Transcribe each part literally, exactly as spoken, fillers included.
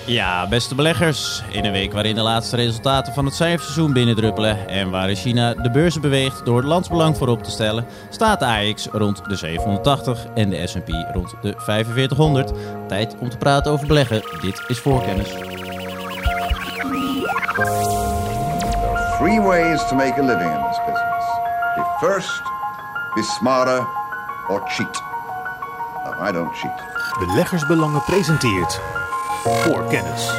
Ja, beste beleggers. In een week waarin de laatste resultaten van het cijferseizoen binnendruppelen en waarin China de beurzen beweegt door het landsbelang voorop te stellen, staat de A X rond de zevenhonderdtachtig en de S en P rond de vijfenveertighonderd. Tijd om te praten over beleggen. Dit is Voorkennis. There are three ways to make a living in this business. Be first, be smarter, or cheat. No, I don't cheat. Beleggersbelangen presenteert Voorkennis.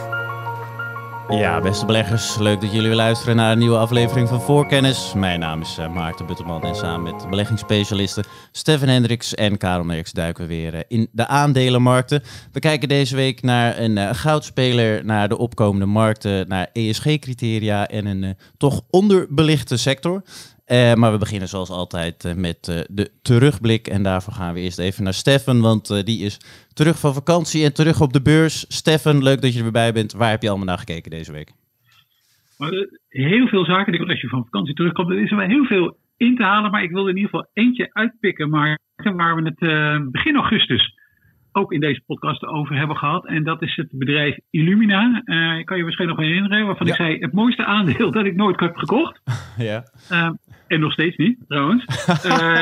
Ja, beste beleggers, leuk dat jullie weer luisteren naar een nieuwe aflevering van Voorkennis. Mijn naam is uh, Maarten Butterman en samen met beleggingsspecialisten Stefan Hendricks en Karel Merks duiken we weer uh, in de aandelenmarkten. We kijken deze week naar een uh, goudspeler, naar de opkomende markten, naar E S G-criteria en een uh, toch onderbelichte sector. Uh, maar we beginnen zoals altijd uh, met uh, de terugblik. En daarvoor gaan we eerst even naar Stefan, want uh, die is terug van vakantie en terug op de beurs. Stefan, leuk dat je er weer bij bent. Waar heb je allemaal naar gekeken deze week? Maar, uh, heel veel zaken. Als je van vakantie terugkomt, er is er wel heel veel in te halen. Maar ik wil er in ieder geval eentje uitpikken. Maar waar we het uh, begin augustus ook in deze podcast over hebben gehad. En dat is het bedrijf Illumina. Uh, ik kan je waarschijnlijk nog herinneren. Waarvan ja. ik zei, het mooiste aandeel dat ik nooit heb gekocht. Ja. Uh, en nog steeds niet, trouwens. uh,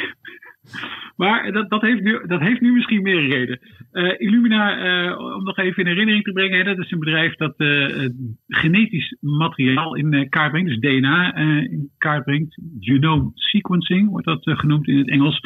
maar dat, dat, heeft nu, dat heeft nu misschien meer reden. Uh, Illumina, uh, om nog even in herinnering te brengen. Hè, dat is een bedrijf dat uh, genetisch materiaal in uh, kaart brengt. Dus D N A uh, in kaart brengt. Genome sequencing wordt dat uh, genoemd in het Engels.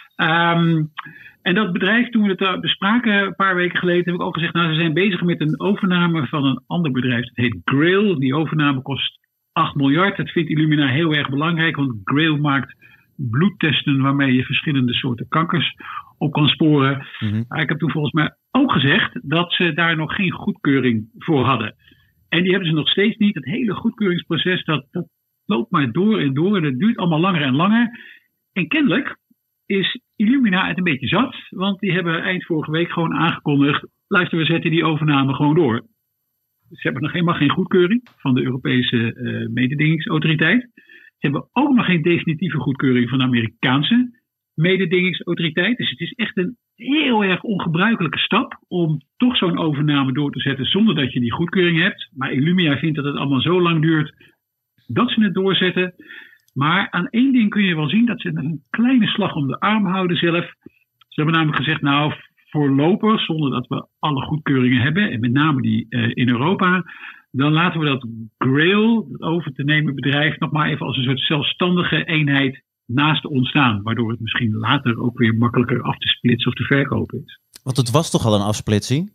Um, En dat bedrijf, toen we het bespraken een paar weken geleden, heb ik ook gezegd, nou, ze zijn bezig met een overname van een ander bedrijf. Dat heet Grail. Die overname kost acht miljard. Dat vindt Illumina heel erg belangrijk, want Grail maakt bloedtesten waarmee je verschillende soorten kankers op kan sporen. Mm-hmm. Maar ik heb toen volgens mij ook gezegd dat ze daar nog geen goedkeuring voor hadden. En die hebben ze nog steeds niet. Het hele goedkeuringsproces, dat, dat loopt maar door en door. En dat duurt allemaal langer en langer. En kennelijk is Illumina het een beetje zat, want die hebben eind vorige week gewoon aangekondigd, luister, we zetten die overname gewoon door. Ze hebben nog helemaal geen goedkeuring van de Europese uh, mededingingsautoriteit. Ze hebben ook nog geen definitieve goedkeuring van de Amerikaanse mededingingsautoriteit. Dus het is echt een heel erg ongebruikelijke stap om toch zo'n overname door te zetten zonder dat je die goedkeuring hebt. Maar Illumina vindt dat het allemaal zo lang duurt dat ze het doorzetten. Maar aan één ding kun je wel zien, dat ze een kleine slag om de arm houden zelf. Ze hebben namelijk gezegd, nou voorlopig, zonder dat we alle goedkeuringen hebben, en met name die uh, in Europa, dan laten we dat Grail, het over te nemen bedrijf, nog maar even als een soort zelfstandige eenheid naast ons staan. Waardoor het misschien later ook weer makkelijker af te splitsen of te verkopen is. Want het was toch al een afsplitsing?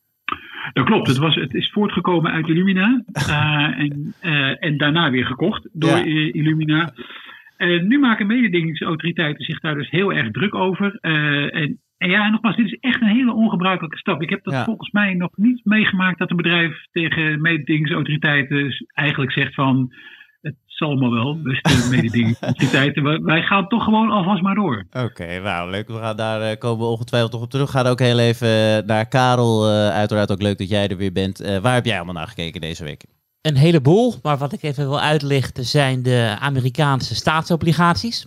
Dat klopt, het, was, het is voortgekomen uit Illumina uh, en, uh, en daarna weer gekocht door ja. uh, Illumina. Uh, nu maken mededingingsautoriteiten zich daar dus heel erg druk over. Uh, en, en ja, nogmaals, dit is echt een hele ongebruikelijke stap. Ik heb dat ja. volgens mij nog niet meegemaakt dat een bedrijf tegen mededingingsautoriteiten eigenlijk zegt van, het zal allemaal wel, beste mededingingsautoriteiten. Wij gaan toch gewoon alvast maar door. Oké, okay, nou leuk. We gaan daar uh, komen we ongetwijfeld nog op terug. We gaan ook heel even naar Karel. Uh, uiteraard ook leuk dat jij er weer bent. Uh, waar heb jij allemaal naar gekeken deze week? Een heleboel, maar wat ik even wil uitlichten zijn de Amerikaanse staatsobligaties.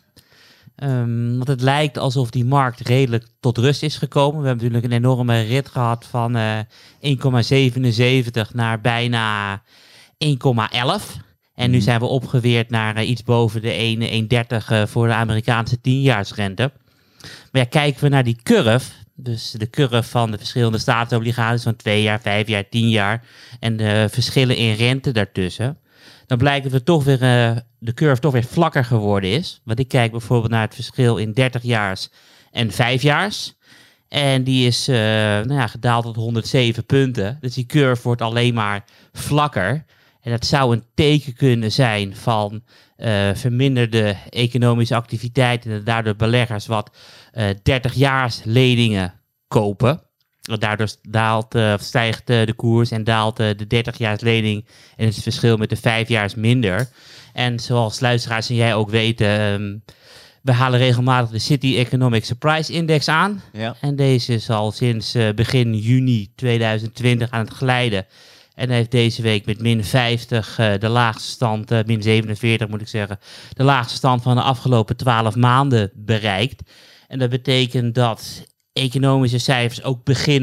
Um, want het lijkt alsof die markt redelijk tot rust is gekomen. We hebben natuurlijk een enorme rit gehad van uh, één komma zevenenzeventig naar bijna één komma elf. En nu zijn we opgeweerd naar uh, iets boven de één komma dertig uh, voor de Amerikaanse tienjaarsrente. Maar ja, kijken we naar die curve, dus de curve van de verschillende staatsobligaties van twee jaar, vijf jaar, tien jaar en de verschillen in rente daartussen, dan blijkt dat we toch weer, uh, de curve toch weer vlakker geworden is. Want ik kijk bijvoorbeeld naar het verschil in dertigjaars en vijfjaars. En die is uh, nou ja, gedaald tot honderdzeven punten. Dus die curve wordt alleen maar vlakker. En dat zou een teken kunnen zijn van uh, verminderde economische activiteit en daardoor beleggers wat uh, dertigjaars-leningen kopen. Daardoor daalt, uh, stijgt uh, de koers en daalt uh, de dertigjaars-lening en het verschil met de vijfjaars minder. En zoals luisteraars en jij ook weten, um, we halen regelmatig de City Economic Surprise Index aan. Ja. En deze is al sinds uh, begin juni tweeduizend twintig aan het glijden. En heeft deze week met min vijftig uh, de laagste stand, uh, min zevenenveertig moet ik zeggen, de laagste stand van de afgelopen twaalf maanden bereikt. En dat betekent dat economische cijfers ook beginnen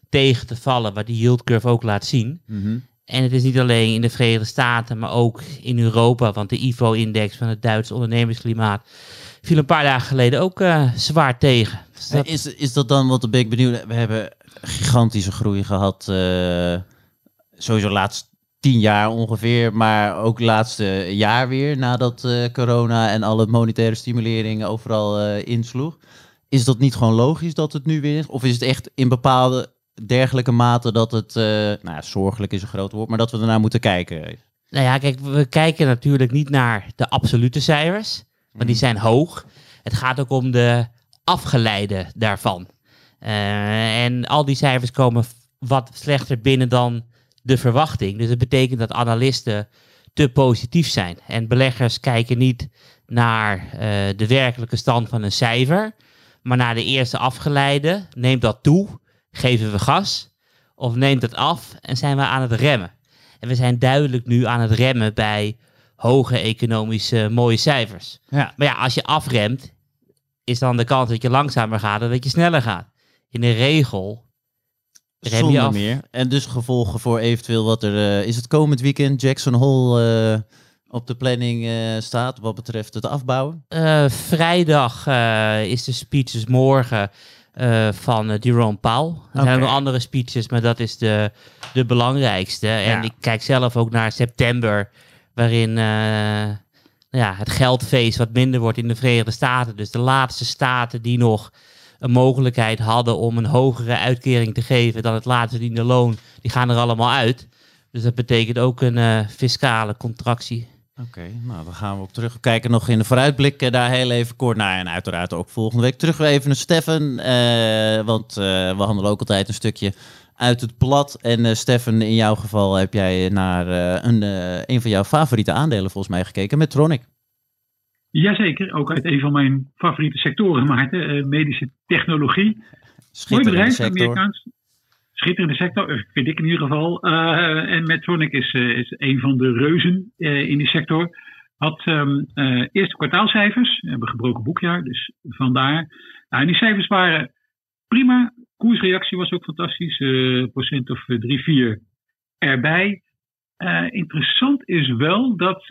tegen te vallen, wat die yield curve ook laat zien. Mm-hmm. En het is niet alleen in de Verenigde Staten, maar ook in Europa. Want de I F O-index van het Duitse ondernemersklimaat viel een paar dagen geleden ook uh, zwaar tegen. Dus dat... is, is dat dan, wat ben ik benieuwd, we hebben gigantische groei gehad, uh, sowieso de laatste tien jaar ongeveer, maar ook laatste jaar weer, nadat uh, corona en alle monetaire stimulering overal uh, insloeg. Is dat niet gewoon logisch dat het nu weer is? Of is het echt in bepaalde dergelijke mate dat het, uh, nou ja, zorgelijk is een groot woord, maar dat we ernaar moeten kijken? Nou ja, kijk, we kijken natuurlijk niet naar de absolute cijfers, maar die zijn hoog. Het gaat ook om de afgeleide daarvan. Uh, en al die cijfers komen wat slechter binnen dan de verwachting. Dus dat betekent dat analisten te positief zijn. En beleggers kijken niet naar uh, de werkelijke stand van een cijfer, maar naar de eerste afgeleide. Neemt dat toe? Geven we gas? Of neemt het af en zijn we aan het remmen? En we zijn duidelijk nu aan het remmen bij hoge economische mooie cijfers. Ja. Maar ja, als je afremt, is dan de kans dat je langzamer gaat dan dat je sneller gaat. In de regel rem je Zonder af. meer. En dus gevolgen voor eventueel wat er... Uh, is het komend weekend Jackson Hole uh, op de planning uh, staat wat betreft het afbouwen? Uh, vrijdag uh, is de speech, dus morgen, uh, van uh, Jerome Powell. Er Okay. zijn ook nog andere speeches, maar dat is de, de belangrijkste. Ja. En ik kijk zelf ook naar september, waarin uh, ja, het geldfeest wat minder wordt in de Verenigde Staten. Dus de laatste staten die nog een mogelijkheid hadden om een hogere uitkering te geven dan het laatst verdiende loon, die gaan er allemaal uit. Dus dat betekent ook een uh, fiscale contractie. Oké, okay, nou dan gaan we op terug. We kijken nog in de vooruitblik uh, daar heel even kort naar. En uiteraard ook volgende week terug weer even naar Stefan. Uh, want uh, we handelen ook altijd een stukje uit het plat. En uh, Stefan, in jouw geval heb jij naar uh, een, uh, een van jouw favoriete aandelen volgens mij gekeken, Medtronic. Jazeker, ook uit een van mijn favoriete sectoren, Maarten, uh, medische technologie. Mooi bedrijf, Amerikaans. Schitterende sector, vind ik in ieder geval. Uh, en Medtronic is, uh, is een van de reuzen uh, in die sector. Had um, uh, eerste kwartaalcijfers, we hebben gebroken boekjaar, dus vandaar. Nou, en die cijfers waren prima. Koersreactie was ook fantastisch, uh, procent of uh, drie, vier erbij. Uh, interessant is wel dat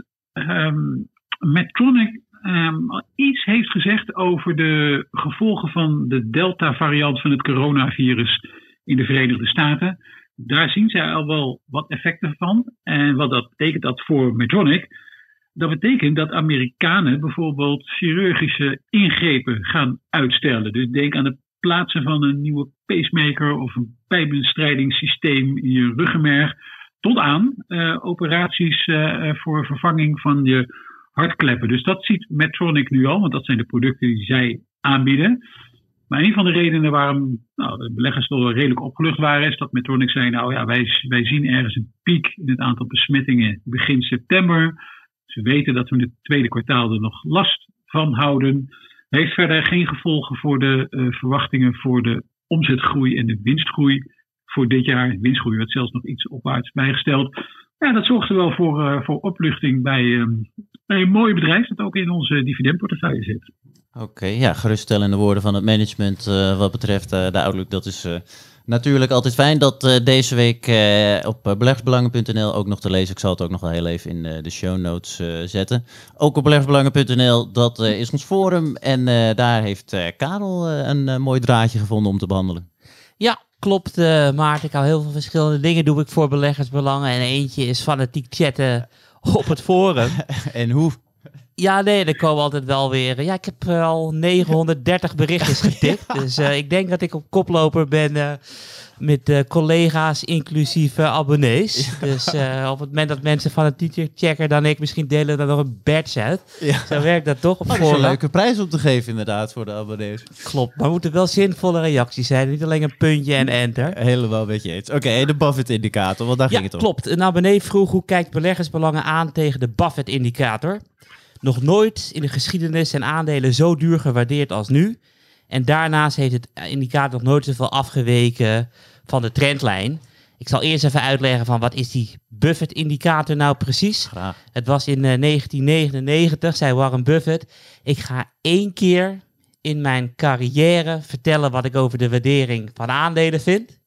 um, Medtronic um, al iets heeft gezegd over de gevolgen van de Delta-variant van het coronavirus in de Verenigde Staten. Daar zien zij al wel wat effecten van. En wat dat betekent dat voor Medtronic? Dat betekent dat Amerikanen bijvoorbeeld chirurgische ingrepen gaan uitstellen. Dus denk aan het plaatsen van een nieuwe pacemaker of een pijnbestrijdingssysteem in je ruggenmerg, tot aan uh, operaties uh, voor vervanging van je hartkleppen. Dus dat ziet Medtronic nu al, want dat zijn de producten die zij aanbieden. Maar een van de redenen waarom nou, de beleggers toch wel redelijk opgelucht waren, is dat Medtronic zei, nou ja, wij, wij zien ergens een piek in het aantal besmettingen begin september. Ze weten dat we in het tweede kwartaal er nog last van houden. Heeft verder geen gevolgen voor de uh, verwachtingen voor de omzetgroei en de winstgroei voor dit jaar. De winstgroei werd zelfs nog iets opwaarts bijgesteld. Ja, dat zorgt er wel voor, uh, voor opluchting bij, um, bij een mooi bedrijf dat ook in onze dividendportefeuille zit. Oké, okay, ja, geruststellende woorden van het management uh, wat betreft uh, de outlook. Dat is uh, natuurlijk altijd fijn. Dat uh, deze week uh, op uh, beleggersbelangen punt n l ook nog te lezen. Ik zal het ook nog wel heel even in uh, de show notes uh, zetten. Ook op beleggersbelangen punt n l, dat uh, is ons forum. En uh, daar heeft uh, Karel uh, een uh, mooi draadje gevonden om te behandelen. Ja, klopt uh, Maarten. Ik hou heel veel verschillende dingen doe ik voor beleggersbelangen. En eentje is fanatiek chatten op het forum. En hoe? Ja, nee, er komen altijd wel weer... Ja, ik heb uh, al negenhonderddertig berichtjes getikt. Ja. Dus uh, ik denk dat ik op koploper ben uh, met uh, collega's, inclusief uh, abonnees. Ja. Dus uh, op het moment dat mensen van het teacher checker dan ik, misschien delen er nog een badge uit. Ja. Zo werkt dat toch op oh, voorraad. Dat is een leuke prijs om te geven inderdaad voor de abonnees. Klopt, maar moeten wel zinvolle reacties zijn. Niet alleen een puntje en enter. Helemaal met je eens. Oké, okay, de Buffett-indicator, want daar ja, ging het om. Klopt. Een abonnee vroeg hoe kijkt beleggersbelangen aan tegen de Buffett-indicator. Nog nooit in de geschiedenis zijn aandelen zo duur gewaardeerd als nu. En daarnaast heeft het indicator nog nooit zoveel afgeweken van de trendlijn. Ik zal eerst even uitleggen van wat is die Buffett-indicator nou precies. Graag. Het was in uh, negentien negenennegentig, zei Warren Buffett. Ik ga één keer in mijn carrière vertellen wat ik over de waardering van aandelen vind.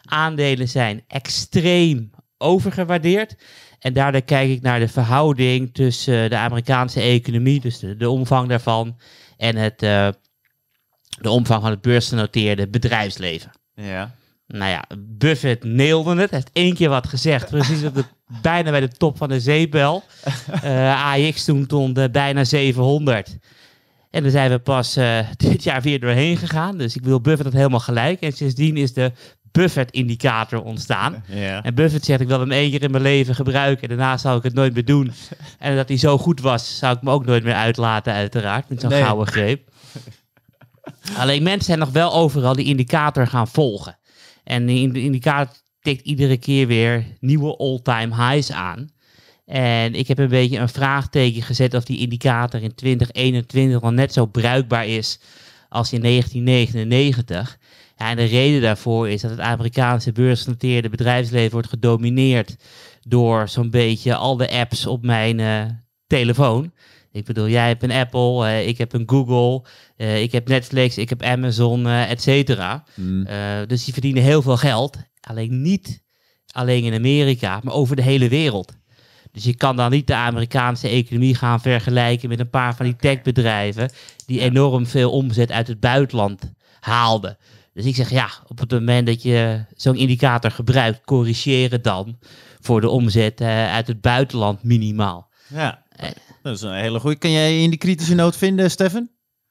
Aandelen zijn extreem overgewaardeerd. En daardoor kijk ik naar de verhouding tussen de Amerikaanse economie, dus de, de omvang daarvan, en het, uh, de omvang van het beursgenoteerde bedrijfsleven. Ja. Nou ja, Buffett nailde het. Hij heeft één keer wat gezegd. Precies op de, bijna bij de top van de zeepbel. Uh, A X toen stond uh, bijna zevenhonderd. En daar zijn we pas uh, dit jaar weer doorheen gegaan. Dus ik wil Buffett dat helemaal gelijk. En sindsdien is de Buffett-indicator ontstaan. Ja. En Buffett zegt, ik wil hem één keer in mijn leven gebruiken. En daarna zou ik het nooit meer doen. En dat hij zo goed was, zou ik me ook nooit meer uitlaten, uiteraard. Met zo'n Nee. gouden greep. Alleen mensen zijn nog wel overal die indicator gaan volgen. En die indicator tikt iedere keer weer nieuwe all-time highs aan. En ik heb een beetje een vraagteken gezet of die indicator in twintig eenentwintig al net zo bruikbaar is als in negentien negenennegentig. Ja, en de reden daarvoor is dat het Amerikaanse beursgenoteerde bedrijfsleven wordt gedomineerd door zo'n beetje al de apps op mijn uh, telefoon. Ik bedoel, jij hebt een Apple, uh, ik heb een Google, uh, ik heb Netflix, ik heb Amazon, uh, et cetera. Mm. Uh, dus die verdienen heel veel geld. Alleen niet alleen in Amerika, maar over de hele wereld. Dus je kan dan niet de Amerikaanse economie gaan vergelijken met een paar van die techbedrijven die enorm veel omzet uit het buitenland haalden. Dus ik zeg ja, op het moment dat je zo'n indicator gebruikt, corrigeer het dan voor de omzet uh, uit het buitenland minimaal. Ja, dat is een hele goeie. Kan jij in die kritische noot vinden, Stefan?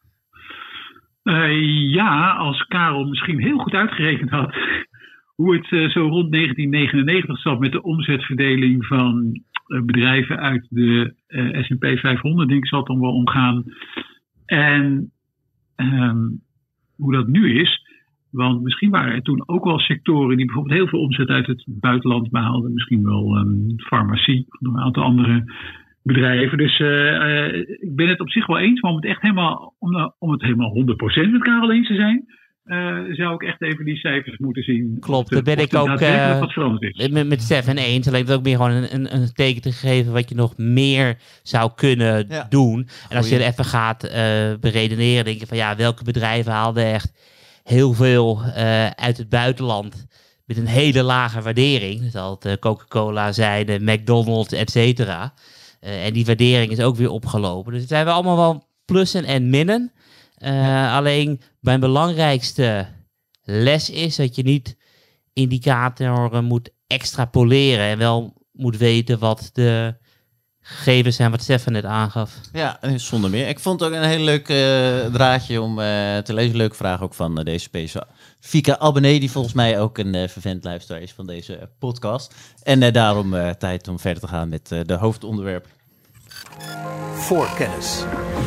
Uh, ja, als Karel misschien heel goed uitgerekend had hoe het uh, zo rond negentien negenennegentig zat met de omzetverdeling van uh, bedrijven uit de uh, S en P vijfhonderd, denk ik, zal het dan wel omgaan. En um, hoe dat nu is. Want misschien waren er toen ook wel sectoren die bijvoorbeeld heel veel omzet uit het buitenland behaalden. Misschien wel um, farmacie of nog een aantal andere bedrijven. Dus uh, uh, ik ben het op zich wel eens. Maar om het echt helemaal, om, om het helemaal honderd procent met Karel eens te zijn, uh, zou ik echt even die cijfers moeten zien. Klopt, de, daar ben ik ook uh, wat veranderd is. met, met Stefan eens. Alleen dat ook meer gewoon een, een, een teken te geven wat je nog meer zou kunnen Ja. doen. En als je Goeie. er even gaat uh, beredeneren, denk je van ja, welke bedrijven haalden echt heel veel uh, uit het buitenland met een hele lage waardering. Dat zal het uh, Coca-Cola zijn, uh, McDonald's, et cetera. Uh, en die waardering is ook weer opgelopen. Dus het zijn we allemaal wel plussen en minnen. Uh, alleen mijn belangrijkste les is dat je niet indicatoren moet extrapoleren en wel moet weten wat de gegevens zijn, wat Stefan net aangaf. Ja, zonder meer. Ik vond het ook een heel leuk uh, draadje om uh, te lezen. Leuke vraag ook van uh, deze specifieke abonnee, die volgens mij ook een uh, vervent luisteraar is van deze uh, podcast. En uh, daarom uh, tijd om verder te gaan met uh, de hoofdonderwerp. Voorkennis.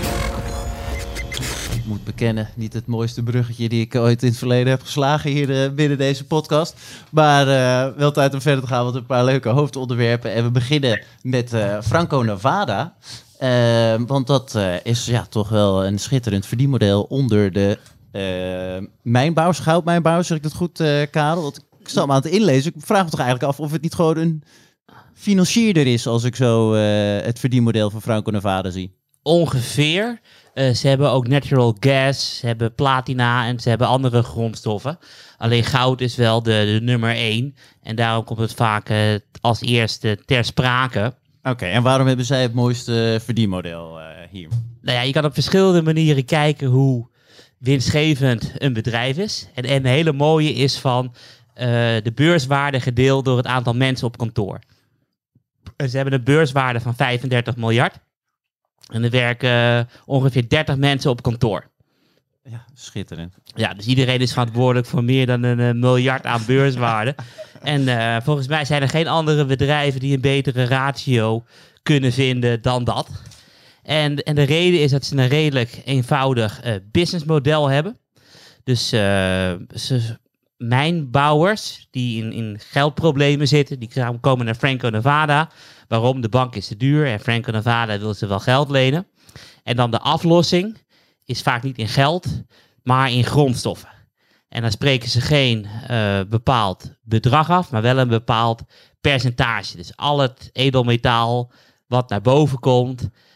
Ik moet bekennen, niet het mooiste bruggetje die ik ooit in het verleden heb geslagen hier uh, binnen deze podcast. Maar uh, wel tijd om verder te gaan, want een paar leuke hoofdonderwerpen. En we beginnen met uh, Franco-Nevada. Uh, want dat uh, is ja, toch wel een schitterend verdienmodel onder de uh, mijnbouwers, goudmijnbouwers. Zeg ik dat goed, uh, Karel? Want ik sta me aan het inlezen. Ik vraag me toch eigenlijk af of het niet gewoon een financierder is als ik zo uh, het verdienmodel van Franco-Nevada zie. Ongeveer. Uh, ze hebben ook natural gas, ze hebben platina en ze hebben andere grondstoffen. Alleen goud is wel de, de nummer één. En daarom komt het vaak uh, als eerste ter sprake. Oké, okay, en waarom hebben zij het mooiste verdienmodel uh, hier? Nou ja, je kan op verschillende manieren kijken hoe winstgevend een bedrijf is. En, en een hele mooie is van uh, de beurswaarde gedeeld door het aantal mensen op kantoor. En ze hebben een beurswaarde van vijfendertig miljard. En er werken uh, ongeveer dertig mensen op kantoor. Ja, schitterend. Ja, dus iedereen is verantwoordelijk voor meer dan een uh, miljard aan beurswaarde. En uh, volgens mij zijn er geen andere bedrijven die een betere ratio kunnen vinden dan dat. En, en de reden is dat ze een redelijk eenvoudig uh, businessmodel hebben. Dus uh, ze, mijnbouwers die in, in geldproblemen zitten, die komen naar Franco-Nevada. Waarom? De bank is te duur en Franco-Nevada wil ze wel geld lenen. En dan de aflossing is vaak niet in geld, maar in grondstoffen. En dan spreken ze geen uh, bepaald bedrag af, maar wel een bepaald percentage. Dus al het edelmetaal wat naar boven komt,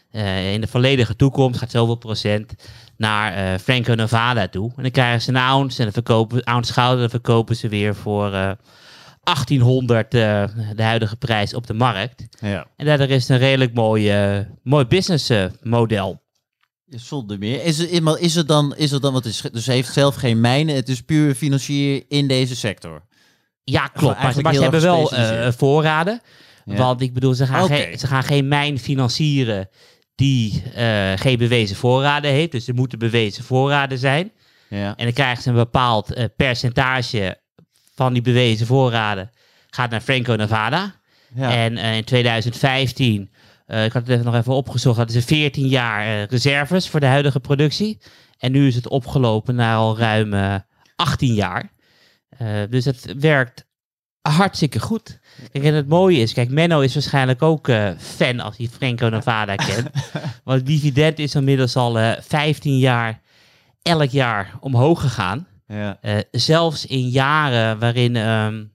uh, in de volledige toekomst gaat zoveel procent naar uh, Franco-Nevada toe. En dan krijgen ze een ounce en dan verkopen ounce goud, en dan verkopen ze weer voor uh, achttienhonderd uh, de huidige prijs op de markt. Ja. En daardoor is het een redelijk mooi, uh, mooi business uh, model. Zonder meer. Is het, is het dan, is het dan, want het is, dus hij heeft zelf geen mijnen, het is puur financier in deze sector. Ja, klopt. Maar, maar ze hebben wel uh, voorraden. Ja. Want ik bedoel, ze gaan, okay. geen, ze gaan geen mijn financieren die uh, geen bewezen voorraden heeft. Dus er moeten bewezen voorraden zijn. Ja. En dan krijgen ze een bepaald uh, percentage van die bewezen voorraden gaat naar Franco-Nevada. Ja. En uh, in tweeduizend vijftien, uh, ik had het even nog even opgezocht, hadden ze veertien jaar uh, reserves voor de huidige productie. En nu is het opgelopen naar al ruim uh, achttien jaar. Uh, dus het werkt hartstikke goed. Kijk, en het mooie is, kijk, Menno is waarschijnlijk ook uh, fan als hij Franco-Nevada kent. Want het dividend is inmiddels al uh, vijftien jaar, elk jaar omhoog gegaan. Ja. Uh, zelfs in jaren waarin um,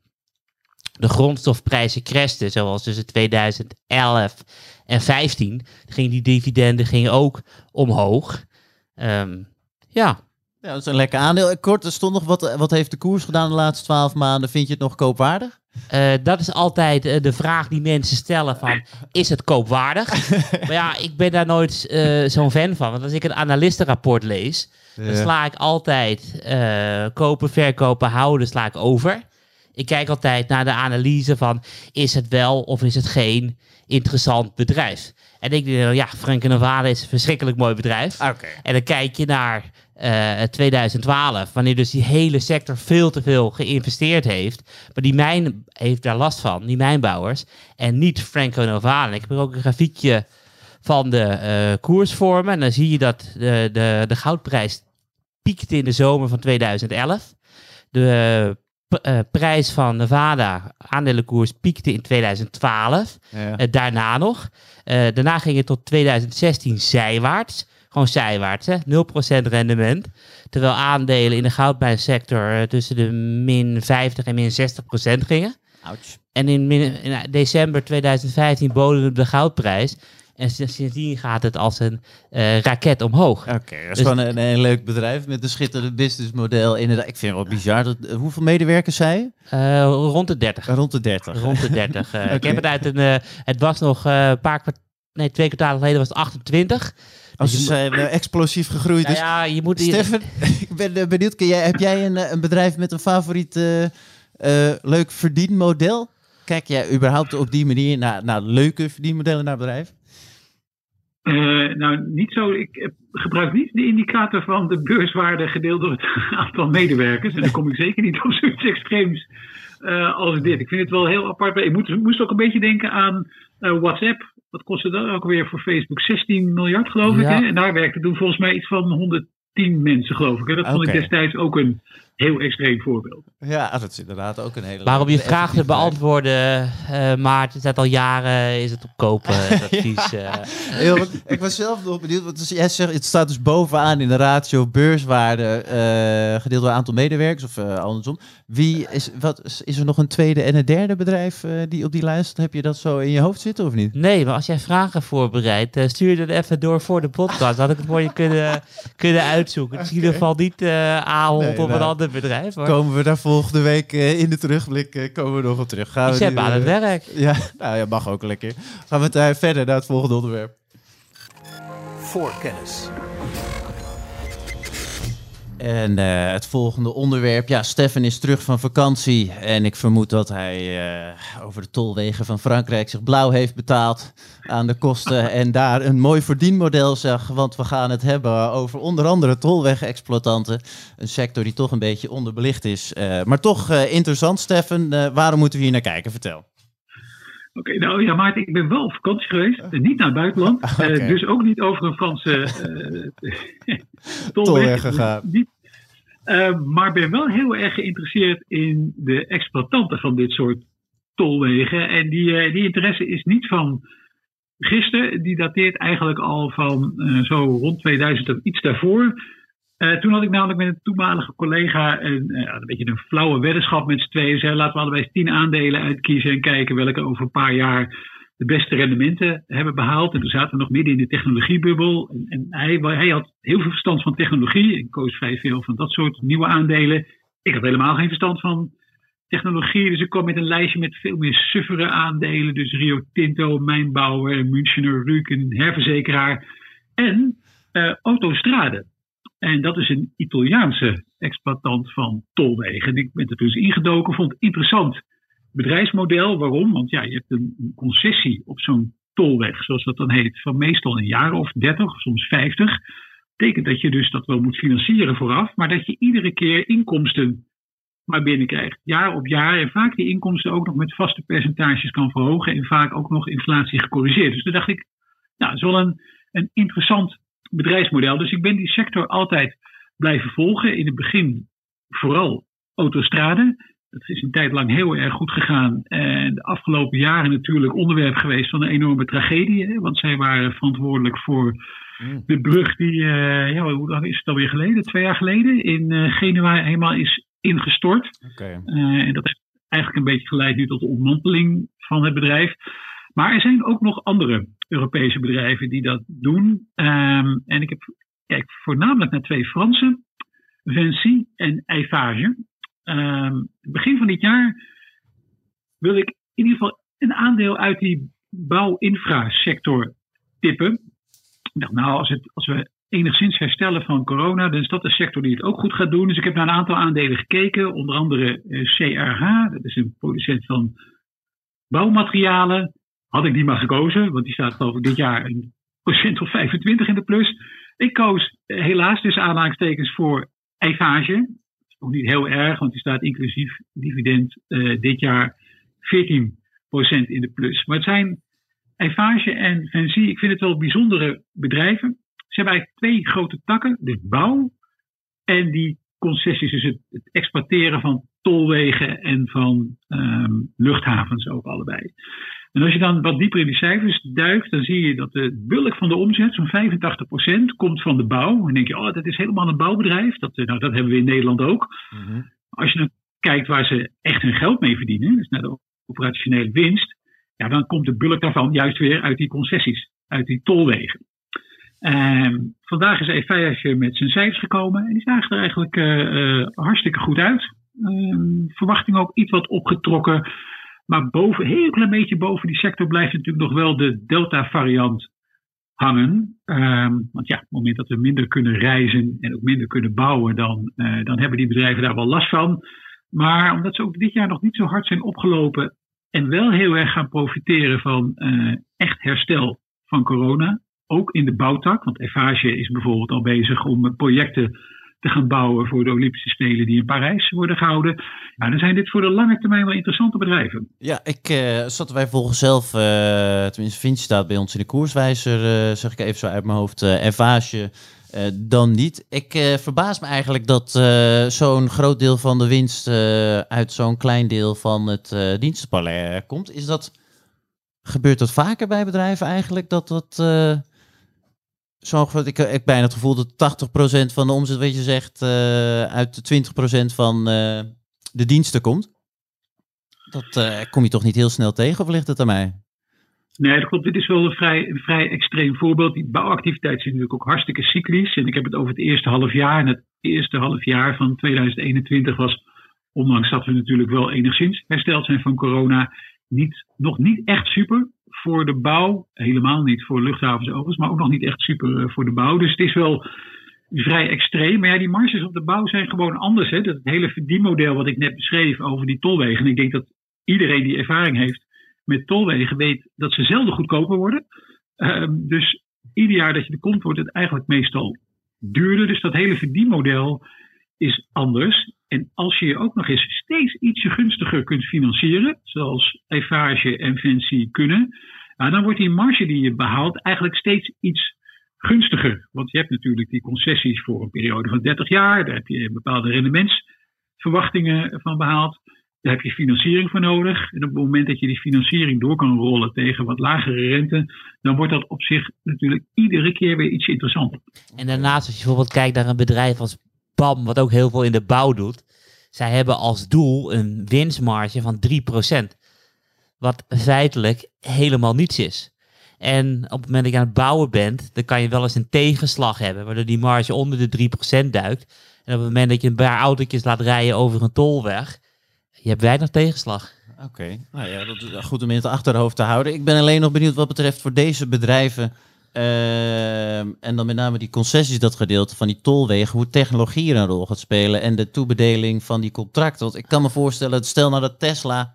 de grondstofprijzen crashten, zoals tussen tweeduizend elf en vijftien, gingen die dividenden gingen ook omhoog. Um, ja. Ja, dat is een lekker aandeel. Kort, er stond nog wat, wat heeft de koers gedaan de laatste twaalf maanden? Vind je het nog koopwaardig? Uh, dat is altijd uh, de vraag die mensen stellen van, is het koopwaardig? Maar ja, ik ben daar nooit uh, zo'n fan van. Want als ik een analistenrapport lees, ja. dan sla ik altijd uh, kopen, verkopen, houden, sla ik over. Ik kijk altijd naar de analyse van, is het wel of is het geen interessant bedrijf? En ik denk, ja, Franco-Nevada is een verschrikkelijk mooi bedrijf. Okay. En dan kijk je naar uh, tweeduizend twaalf, wanneer dus die hele sector veel te veel geïnvesteerd heeft. Maar die mijn heeft daar last van, die mijnbouwers. En niet Franco-Nevada. Ik heb er ook een grafiekje van de uh, koers voor me. En dan zie je dat de, de, de goudprijs piekte in de zomer van tweeduizend elf. De p- uh, prijs van Nevada, aandelenkoers, piekte in tweeduizend twaalf. Ja. Uh, daarna nog. Uh, daarna ging het tot tweeduizend zestien zijwaarts. Gewoon zijwaarts, hè? nul procent rendement. Terwijl aandelen in de goudmijnsector uh, tussen de min vijftig en min zestig procent gingen. Ouch. En in, min, in december tweeduizend vijftien bodemde de goudprijs. En sindsdien gaat het als een uh, raket omhoog. Oké, okay, dat is dus gewoon een, een leuk bedrijf met een schitterend businessmodel. Inderdaad, ik vind het wel bizar. Dat, hoeveel medewerkers zei je? Uh, rond de dertig. Rond de dertig. Rond de dertig. Uh, okay. Ik heb het uit een... Uh, het was nog uh, een paar kwart, nee, twee kwartalen geleden was het achtentwintig. Als dus ze zijn uh, explosief gegroeid. Nou dus, ja, je moet... Steffen, ik ben uh, benieuwd. Jij, heb jij een, een bedrijf met een favoriet uh, uh, leuk verdienmodel? Kijk jij überhaupt op die manier naar, naar leuke verdienmodellen naar bedrijf? Uh, nou, niet zo. Ik gebruik niet de indicator van de beurswaarde gedeeld door het aantal medewerkers. En dan kom ik zeker niet op zoiets extreems uh, als dit. Ik vind het wel heel apart. Ik moet, moest ook een beetje denken aan uh, WhatsApp. Wat kostte dat ook weer voor Facebook? zestien miljard, geloof ja. ik. Hè? En daar werkte toen volgens mij iets van honderdtien mensen, geloof ik. Hè? Dat okay. vond ik destijds ook een heel extreem voorbeeld. Ja, dat is inderdaad ook een hele... Maar om je vraag te beantwoorden, uh, Maarten, het is al jaren is het op kopen. advies, ja. uh. Heel, ik was zelf nog benieuwd, want jij zegt, het staat dus bovenaan in de ratio beurswaarde uh, gedeeld door aantal medewerkers, of uh, andersom. Wie is, wat, is er nog een tweede en een derde bedrijf uh, die op die lijst? Heb je dat zo in je hoofd zitten of niet? Nee, maar als jij vragen voorbereidt, uh, stuur je het even door voor de podcast. Dan had ik het voor je kunnen, kunnen uitzoeken. Het is okay. in ieder geval niet uh, Ahold nee, of nou. een ander bedrijf. Hoor. Komen we daar volgende week uh, in de terugblik uh, komen we nog op terug. Gaan we nu, hebben aan het uh, werk. Ja, nou ja, mag ook lekker. Gaan we het uh, verder naar het volgende onderwerp. Voorkennis. En uh, het volgende onderwerp. Ja, Steffen is terug van vakantie. En ik vermoed dat hij uh, over de tolwegen van Frankrijk zich blauw heeft betaald aan de kosten. En daar een mooi verdienmodel zag. Want we gaan het hebben over onder andere tolwegexploitanten. Een sector die toch een beetje onderbelicht is. Uh, maar toch uh, interessant, Steffen. Uh, waarom moeten we hier naar kijken? Vertel. Oké, okay, nou ja, Maarten, ik ben wel op vakantie geweest. Uh, niet naar het buitenland. Okay. Uh, dus ook niet over een Franse uh, tolweg gegaan. Niet, uh, maar ben wel heel erg geïnteresseerd in de exploitanten van dit soort tolwegen. En die, uh, die interesse is niet van gisteren. Die dateert eigenlijk al van uh, zo rond tweeduizend of iets daarvoor. Uh, toen had ik namelijk met een toenmalige collega een, uh, een beetje een flauwe weddenschap met z'n tweeën. Zei, laten we allebei tien aandelen uitkiezen en kijken welke over een paar jaar de beste rendementen hebben behaald. En toen zaten we nog midden in de technologiebubbel. En, en hij, hij had heel veel verstand van technologie. Ik koos vrij veel van dat soort nieuwe aandelen. Ik had helemaal geen verstand van technologie. Dus ik kwam met een lijstje met veel meer suffere aandelen. Dus Rio Tinto, mijnbouwer, Münchener Rück, een herverzekeraar. En uh, Autostrade. En dat is een Italiaanse exploitant van tolwegen. En ik ben er dus ingedoken, vond het interessant bedrijfsmodel. Waarom? Want ja, je hebt een, een concessie op zo'n tolweg, zoals dat dan heet, van meestal een jaar of dertig, of soms vijftig. Dat betekent dat je dus dat wel moet financieren vooraf, maar dat je iedere keer inkomsten maar binnenkrijgt. Jaar op jaar. En vaak die inkomsten ook nog met vaste percentages kan verhogen. En vaak ook nog inflatie gecorrigeerd. Dus toen dacht ik, nou, dat is wel een, een interessant bedrijfsmodel. Dus ik ben die sector altijd blijven volgen. In het begin vooral Autostrade. Dat is een tijd lang heel erg goed gegaan. En de afgelopen jaren natuurlijk onderwerp geweest van een enorme tragedie. Hè? Want zij waren verantwoordelijk voor de brug die, uh, ja, hoe lang is het alweer geleden? Twee jaar geleden in uh, Genua helemaal is ingestort. Okay. Uh, en dat is eigenlijk een beetje geleid nu tot de ontmanteling van het bedrijf. Maar er zijn ook nog andere Europese bedrijven die dat doen. Um, en ik heb kijk voornamelijk naar twee Franse, Vinci en Eiffage. Um, begin van dit jaar wil ik in ieder geval een aandeel uit die bouwinfrasector tippen. Ik dacht, nou, als, het, als we enigszins herstellen van corona, dan is dat een sector die het ook goed gaat doen. Dus ik heb naar een aantal aandelen gekeken, onder andere uh, C R H, dat is een producent van bouwmaterialen. Had ik die maar gekozen, want die staat geloof ik dit jaar een procent of vijfentwintig in de plus. Ik koos uh, helaas dus aanhalingstekens voor Eiffage. Ook niet heel erg, want die staat inclusief dividend uh, dit jaar veertien procent in de plus. Maar het zijn Eiffage en Vinci, ik vind het wel bijzondere bedrijven. Ze hebben eigenlijk twee grote takken, de bouw en die concessies, dus het, het exploiteren van tolwegen en van um, luchthavens ook allebei. En als je dan wat dieper in die cijfers duikt, dan zie je dat de bulk van de omzet, zo'n vijfentachtig procent, komt van de bouw. En dan denk je, oh, dat is helemaal een bouwbedrijf. Dat, nou, dat hebben we in Nederland ook. Mm-hmm. Als je dan kijkt waar ze echt hun geld mee verdienen, dus naar de operationele winst, ja, dan komt de bulk daarvan juist weer uit die concessies, uit die tolwegen. Um, vandaag is Eiffage met zijn cijfers gekomen en die zagen er eigenlijk uh, uh, hartstikke goed uit. Um, verwachting ook iets wat opgetrokken. Maar boven, heel klein beetje boven die sector blijft natuurlijk nog wel de Delta-variant hangen. Um, want ja, op het moment dat we minder kunnen reizen en ook minder kunnen bouwen, dan, uh, dan hebben die bedrijven daar wel last van. Maar omdat ze ook dit jaar nog niet zo hard zijn opgelopen en wel heel erg gaan profiteren van uh, echt herstel van corona, ook in de bouwtak, want Eiffage is bijvoorbeeld al bezig om projecten te gaan bouwen voor de Olympische Spelen die in Parijs worden gehouden. Ja, dan zijn dit voor de lange termijn wel interessante bedrijven. Ja, ik uh, zat wij volgen zelf, uh, tenminste Vinci staat bij ons in de koerswijzer, uh, zeg ik even zo uit mijn hoofd, uh, Eiffage uh, dan niet. Ik uh, verbaas me eigenlijk dat uh, zo'n groot deel van de winst uh, uit zo'n klein deel van het uh, dienstenpaleis komt. Is dat, gebeurt dat vaker bij bedrijven eigenlijk, dat dat... Uh, Zo, ik heb bijna het gevoel dat tachtig procent van de omzet, wat je zegt, uh, uit de twintig procent van uh, de diensten komt. Dat uh, kom je toch niet heel snel tegen, of ligt het aan mij? Nee, dat klopt. Dit is wel een vrij, een vrij extreem voorbeeld. Die bouwactiviteit is natuurlijk ook hartstikke cyclisch. En ik heb het over het eerste half jaar. En het eerste half jaar van tweeduizend eenentwintig was, ondanks dat we natuurlijk wel enigszins hersteld zijn van corona, niet, nog niet echt super voor de bouw. Helemaal niet voor luchthavens overigens, maar ook nog niet echt super voor de bouw. Dus het is wel vrij extreem. Maar ja, die marges op de bouw zijn gewoon anders. Hè? Dat het hele verdienmodel wat ik net beschreef over die tolwegen. En ik denk dat iedereen die ervaring heeft met tolwegen weet dat ze zelden goedkoper worden. Um, dus ieder jaar dat je er komt, wordt het eigenlijk meestal duurder. Dus dat hele verdienmodel is anders. En als je je ook nog eens steeds ietsje gunstiger kunt financieren, zoals Eiffage en Vinci kunnen, nou, dan wordt die marge die je behaalt eigenlijk steeds iets gunstiger. Want je hebt natuurlijk die concessies voor een periode van dertig jaar, daar heb je bepaalde rendementsverwachtingen van behaald. Daar heb je financiering voor nodig. En op het moment dat je die financiering door kan rollen tegen wat lagere rente, dan wordt dat op zich natuurlijk iedere keer weer iets interessanter. En daarnaast, als je bijvoorbeeld kijkt naar een bedrijf als B A M, wat ook heel veel in de bouw doet. Zij hebben als doel een winstmarge van drie procent. wat feitelijk helemaal niets is. En op het moment dat je aan het bouwen bent, dan kan je wel eens een tegenslag hebben, waardoor die marge onder de drie procent duikt. En op het moment dat je een paar autootjes laat rijden over een tolweg, je hebt weinig tegenslag. Oké, okay. Nou ja, dat is goed om in het achterhoofd te houden. Ik ben alleen nog benieuwd wat betreft voor deze bedrijven, uh, en dan met name die concessies, dat gedeelte van die tolwegen, hoe technologie er een rol gaat spelen en de toebedeling van die contracten. Want ik kan me voorstellen, stel nou dat Tesla,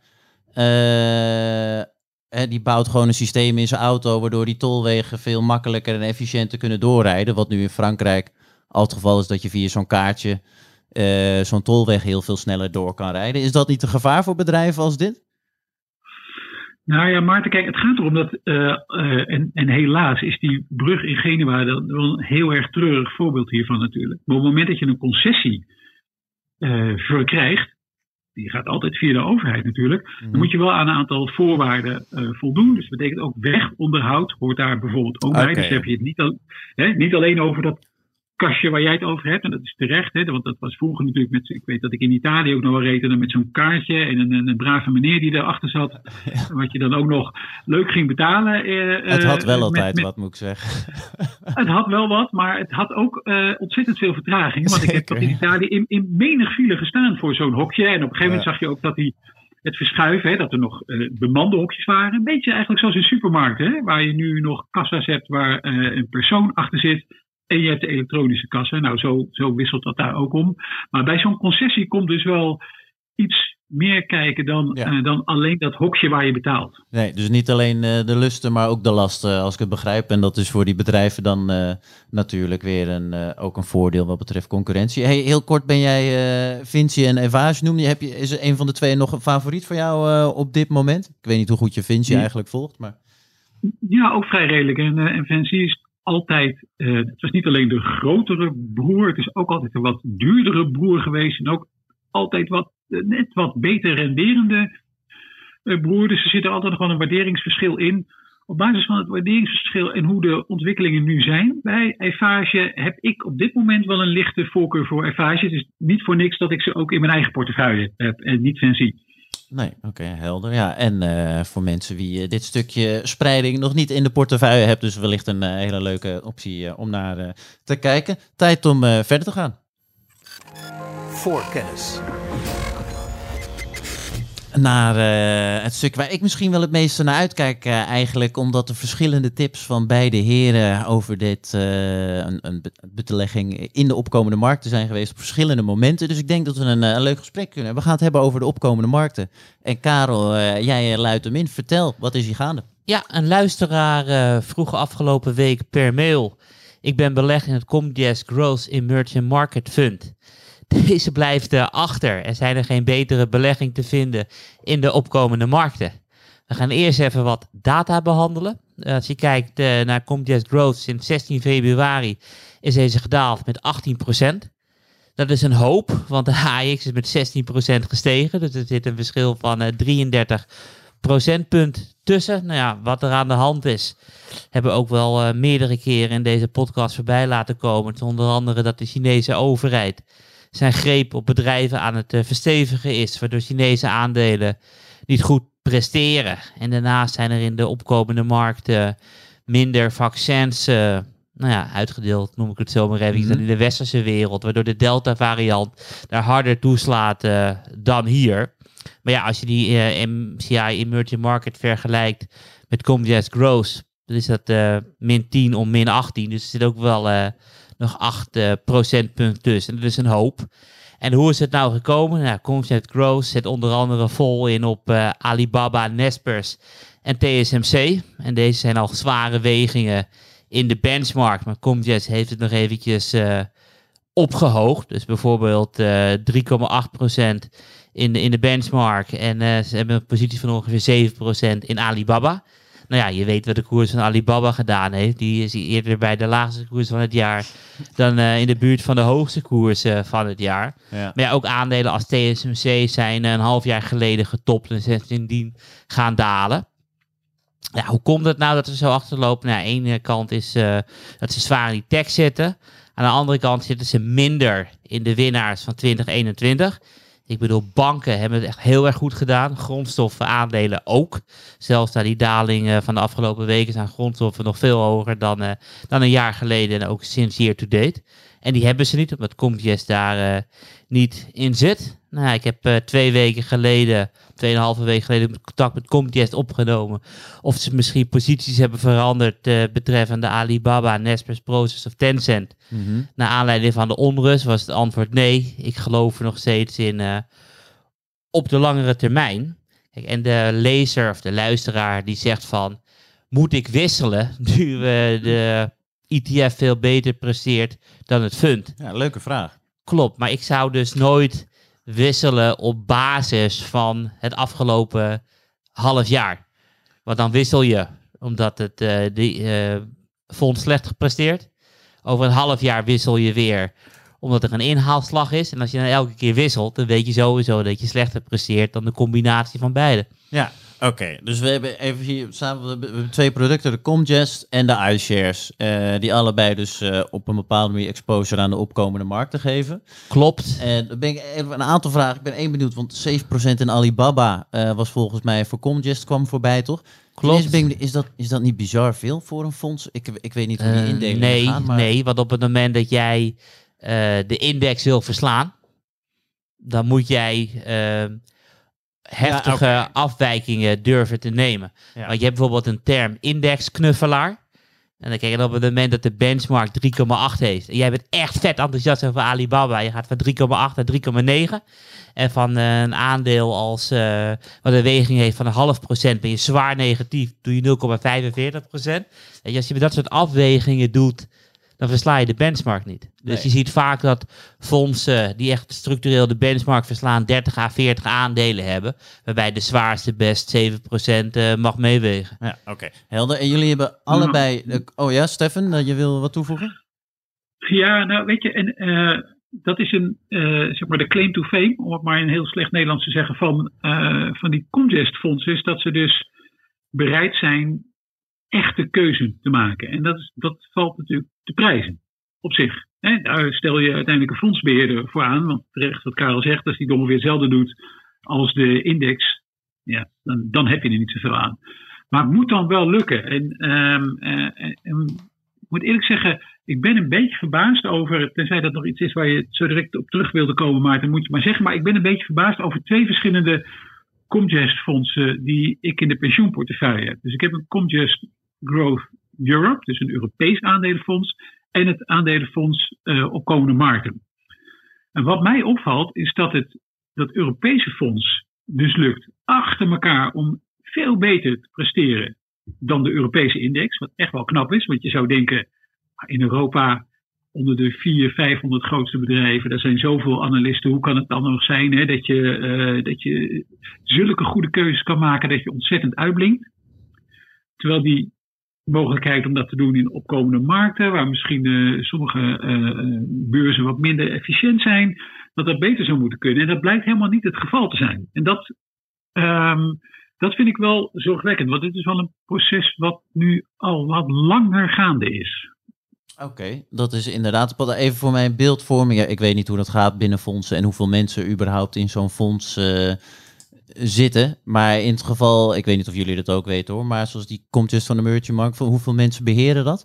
uh, He, die bouwt gewoon een systeem in zijn auto, waardoor die tolwegen veel makkelijker en efficiënter kunnen doorrijden. Wat nu in Frankrijk al het geval is, dat je via zo'n kaartje uh, zo'n tolweg heel veel sneller door kan rijden. Is dat niet een gevaar voor bedrijven als dit? Nou ja, Maarten, kijk, het gaat erom dat, uh, uh, en, en helaas is die brug in Genua wel een heel erg treurig voorbeeld hiervan natuurlijk. Maar op het moment dat je een concessie uh, verkrijgt, die gaat altijd via de overheid natuurlijk, mm-hmm. dan moet je wel aan een aantal voorwaarden uh, voldoen. Dus dat betekent ook wegonderhoud hoort daar bijvoorbeeld ook bij. Okay. Dus heb je het niet, al, hè, niet alleen over dat kastje waar jij het over hebt, en dat is terecht, hè, want dat was vroeger natuurlijk met, ik weet dat ik in Italië ook nog wel reed, en dan met zo'n kaartje en een, een, een brave meneer die erachter zat, ja. wat je dan ook nog leuk ging betalen. Uh, het had wel uh, altijd met, wat, moet ik zeggen. Het had wel wat, maar het had ook uh, ontzettend veel vertraging, want Zeker, ik heb toch in Italië in, in menig file gestaan voor zo'n hokje, en op een gegeven moment ja. zag je ook dat die het verschuiven, hè, dat er nog uh, bemande hokjes waren, een beetje eigenlijk zoals in supermarkten, hè, waar je nu nog kassa's hebt waar uh, een persoon achter zit. En je hebt de elektronische kassa. Nou, zo, zo wisselt dat daar ook om. Maar bij zo'n concessie komt dus wel iets meer kijken dan, ja. uh, dan alleen dat hokje waar je betaalt. Nee, dus niet alleen uh, de lusten, maar ook de lasten, als ik het begrijp. En dat is voor die bedrijven dan uh, natuurlijk weer een, uh, ook een voordeel wat betreft concurrentie. Hey, heel kort, ben jij uh, Vinci en Eiffage noemde je. Heb je. Is er een van de twee nog een favoriet voor jou uh, op dit moment? Ik weet niet hoe goed je Vinci ja. eigenlijk volgt. Maar... Ja, ook vrij redelijk. En, uh, en Vinci is altijd, uh, het was niet alleen de grotere broer, het is ook altijd een wat duurdere broer geweest en ook altijd wat, uh, net wat beter renderende uh, broer. Dus er zit er altijd nog wel een waarderingsverschil in. Op basis van het waarderingsverschil en hoe de ontwikkelingen nu zijn bij Eiffage heb ik op dit moment wel een lichte voorkeur voor Eiffage. Het is niet voor niks dat ik ze ook in mijn eigen portefeuille heb en niet Vinci. Nee, oké, okay, helder. Ja, en uh, voor mensen die uh, dit stukje spreiding nog niet in de portefeuille hebben, dus wellicht een uh, hele leuke optie uh, om naar uh, te kijken. Tijd om uh, verder te gaan. Voorkennis. Naar uh, het stuk waar ik misschien wel het meeste naar uitkijk uh, eigenlijk, omdat er verschillende tips van beide heren over dit uh, een, een belegging in de opkomende markten zijn geweest op verschillende momenten. Dus ik denk dat we een, een leuk gesprek kunnen hebben. We gaan het hebben over de opkomende markten. En Karel, uh, jij luidt hem in. Vertel, wat is hier gaande? Ja, een luisteraar uh, vroeg afgelopen week per mail. Ik ben belegd in het Comgest Growth Emerging Market Fund. Deze blijft uh, achter. Er zijn er geen betere belegging te vinden in de opkomende markten. We gaan eerst even wat data behandelen. Uh, als je kijkt uh, naar Comgest Growth sinds zestien februari is deze gedaald met achttien procent. Dat is een hoop, want de H I X is met zestien procent gestegen. Dus er zit een verschil van uh, drieëndertig procentpunt tussen. Nou ja, wat er aan de hand is, hebben we ook wel uh, meerdere keren in deze podcast voorbij laten komen. Het is onder andere dat de Chinese overheid zijn greep op bedrijven aan het uh, verstevigen is, waardoor Chinese aandelen niet goed presteren. En daarnaast zijn er in de opkomende markten minder vaccins uh, nou ja, uitgedeeld, noem ik het zo maar even, mm-hmm. dan in de westerse wereld, waardoor de Delta-variant daar harder toeslaat uh, dan hier. Maar ja, als je die uh, M C I Emerging Market vergelijkt met Comgest Growth, dan is dat uh, min tien om min achttien, dus er zit ook wel Uh, nog acht uh, procentpunt tussen. Dat is een hoop. En hoe is het nou gekomen? Nou, Comgest Growth zet onder andere vol in op uh, Alibaba, Naspers en T S M C. En deze zijn al zware wegingen in de benchmark. Maar Comgest heeft het nog eventjes uh, opgehoogd. Dus bijvoorbeeld uh, drie komma acht procent in de, in de benchmark. En uh, ze hebben een positie van ongeveer zeven procent in Alibaba. Nou ja, je weet wat de koers van Alibaba gedaan heeft. Die is eerder bij de laagste koers van het jaar dan uh, in de buurt van de hoogste koers uh, van het jaar. Ja. Maar ja, ook aandelen als T S M C zijn uh, een half jaar geleden getopt en zijn sindsdien gaan dalen. Ja, hoe komt het nou dat ze zo achterlopen? Nou, aan de ene kant is uh, dat ze zwaar in die tech zitten. Aan de andere kant zitten ze minder in de winnaars van twintig eenentwintig. Ik bedoel, banken hebben het echt heel erg goed gedaan. Grondstoffen, aandelen ook. Zelfs na die daling uh, van de afgelopen weken zijn grondstoffen nog veel hoger dan, uh, dan een jaar geleden. En ook sinds year to date. En die hebben ze niet, omdat Comgest daar uh, niet in zit. Nou, ik heb uh, twee weken geleden, tweeënhalve week geleden, contact met Comgest opgenomen. Of ze misschien posities hebben veranderd uh, betreffende Alibaba, Naspers, Prosus of Tencent. Mm-hmm. Naar aanleiding van de onrust was het antwoord nee. Ik geloof er nog steeds in uh, op de langere termijn. Kijk, en de lezer of de luisteraar die zegt van, moet ik wisselen nu uh, de E T F veel beter presteert dan het fund? Ja, leuke vraag. Klopt, maar ik zou dus nooit wisselen op basis van het afgelopen half jaar. Want dan wissel je omdat het uh, de uh, fonds slecht gepresteerd. Over een half jaar wissel je weer omdat er een inhaalslag is. En als je dan elke keer wisselt, dan weet je sowieso dat je slechter presteert dan de combinatie van beide. Ja, oké. Okay. Dus we hebben even hier samen we hebben twee producten, de Comgest en de iShares. Uh, die allebei dus uh, op een bepaalde manier exposure aan de opkomende markten geven. Klopt. En dan ben ik even een aantal vragen. Ik ben één benieuwd, want zeven procent in Alibaba uh, was volgens mij voor Comgest kwam voorbij, toch? Klopt. Ben ik, is, dat, is dat niet bizar veel voor een fonds? Ik, ik weet niet hoe die indelingen uh, nee, gaan. Maar... Nee, want op het moment dat jij uh, de index wil verslaan, dan moet jij Uh, heftige ja, okay. afwijkingen durven te nemen. Ja. Want je hebt bijvoorbeeld een term indexknuffelaar. En dan kijk je op het moment dat de benchmark drie komma acht heeft. En jij bent echt vet enthousiast over Alibaba. Je gaat van drie komma acht naar drie komma negen. En van uh, een aandeel als uh, wat een weging heeft van een half procent ben je zwaar negatief. Doe je nul komma vijfenveertig procent. En als je met dat soort afwegingen doet, dan versla je de benchmark niet. Dus nee. Je ziet vaak dat fondsen die echt structureel de benchmark verslaan dertig à veertig aandelen hebben, waarbij de zwaarste best zeven procent uh, mag meewegen. Ja, oké. Okay. Helder. En jullie hebben allebei... De... Oh ja, Stefan, dat je wil wat toevoegen? Ja, nou weet je, en uh, dat is een, uh, zeg maar de claim to fame, om het maar in heel slecht Nederlands te zeggen, van, uh, van die Comgest-fondsen, is dat ze dus bereid zijn echte keuze te maken. En dat, is, dat valt natuurlijk te prijzen op zich. Hè? Daar stel je uiteindelijk een fondsbeheerder voor aan, want terecht wat Karel zegt, als die het ongeveer hetzelfde doet als de index, ja, dan, dan heb je er niet zoveel aan. Maar het moet dan wel lukken. En, um, uh, en ik moet eerlijk zeggen, ik ben een beetje verbaasd over, tenzij dat nog iets is waar je zo direct op terug wilde komen, Maarten, moet je maar zeggen, maar ik ben een beetje verbaasd over twee verschillende Comgest-fondsen die ik in de pensioenportefeuille heb. Dus ik heb een Comgest Growth Europe, dus een Europees aandelenfonds, en het aandelenfonds uh, opkomende markten. En wat mij opvalt is dat het dat Europese fonds dus lukt achter elkaar om veel beter te presteren dan de Europese index, wat echt wel knap is, want je zou denken, in Europa onder de vierhonderd, vijfhonderd grootste bedrijven, daar zijn zoveel analisten, hoe kan het dan nog zijn hè, dat, je, uh, dat je zulke goede keuzes kan maken dat je ontzettend uitblinkt. Terwijl die mogelijkheid om dat te doen in opkomende markten, waar misschien uh, sommige uh, beurzen wat minder efficiënt zijn, dat dat beter zou moeten kunnen. En dat blijkt helemaal niet het geval te zijn. En dat, um, dat vind ik wel zorgwekkend, want dit is wel een proces wat nu al wat langer gaande is. Oké, okay, dat is inderdaad even voor mijn beeldvorming. Ja, ik weet niet hoe dat gaat binnen fondsen en hoeveel mensen überhaupt in zo'n fonds uh, zitten. Maar in het geval, ik weet niet of jullie dat ook weten hoor, maar zoals die Comgest van de Emerging Market, hoeveel mensen beheren dat?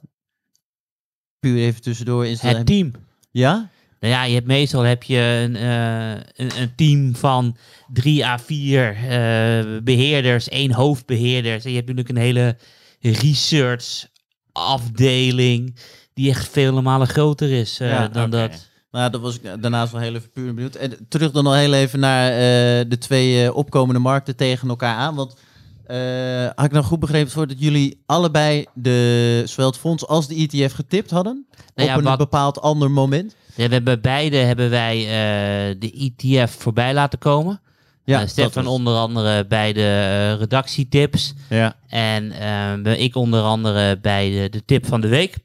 Puur even tussendoor. Is het dat... team. Ja? Nou ja, je hebt meestal heb je een, uh, een, een team van drie à vier uh, beheerders, één hoofdbeheerder. En je hebt natuurlijk een hele research afdeling die echt vele malen groter is uh, ja, dan okay. dat. Nou, dat was ik daarnaast wel heel even puur benieuwd. En terug dan nog heel even naar uh, de twee uh, opkomende markten tegen elkaar aan. Want uh, had ik nou goed begrepen voor dat jullie allebei de, zowel het fonds als de E T F getipt hadden? Nou op ja, een wat, bepaald ander moment? Ja, we hebben beide hebben wij uh, de E T F voorbij laten komen. Ja, uh, Stefan was... onder andere bij de uh, redactietips. Ja. En uh, ik onder andere bij de, de tip van de week.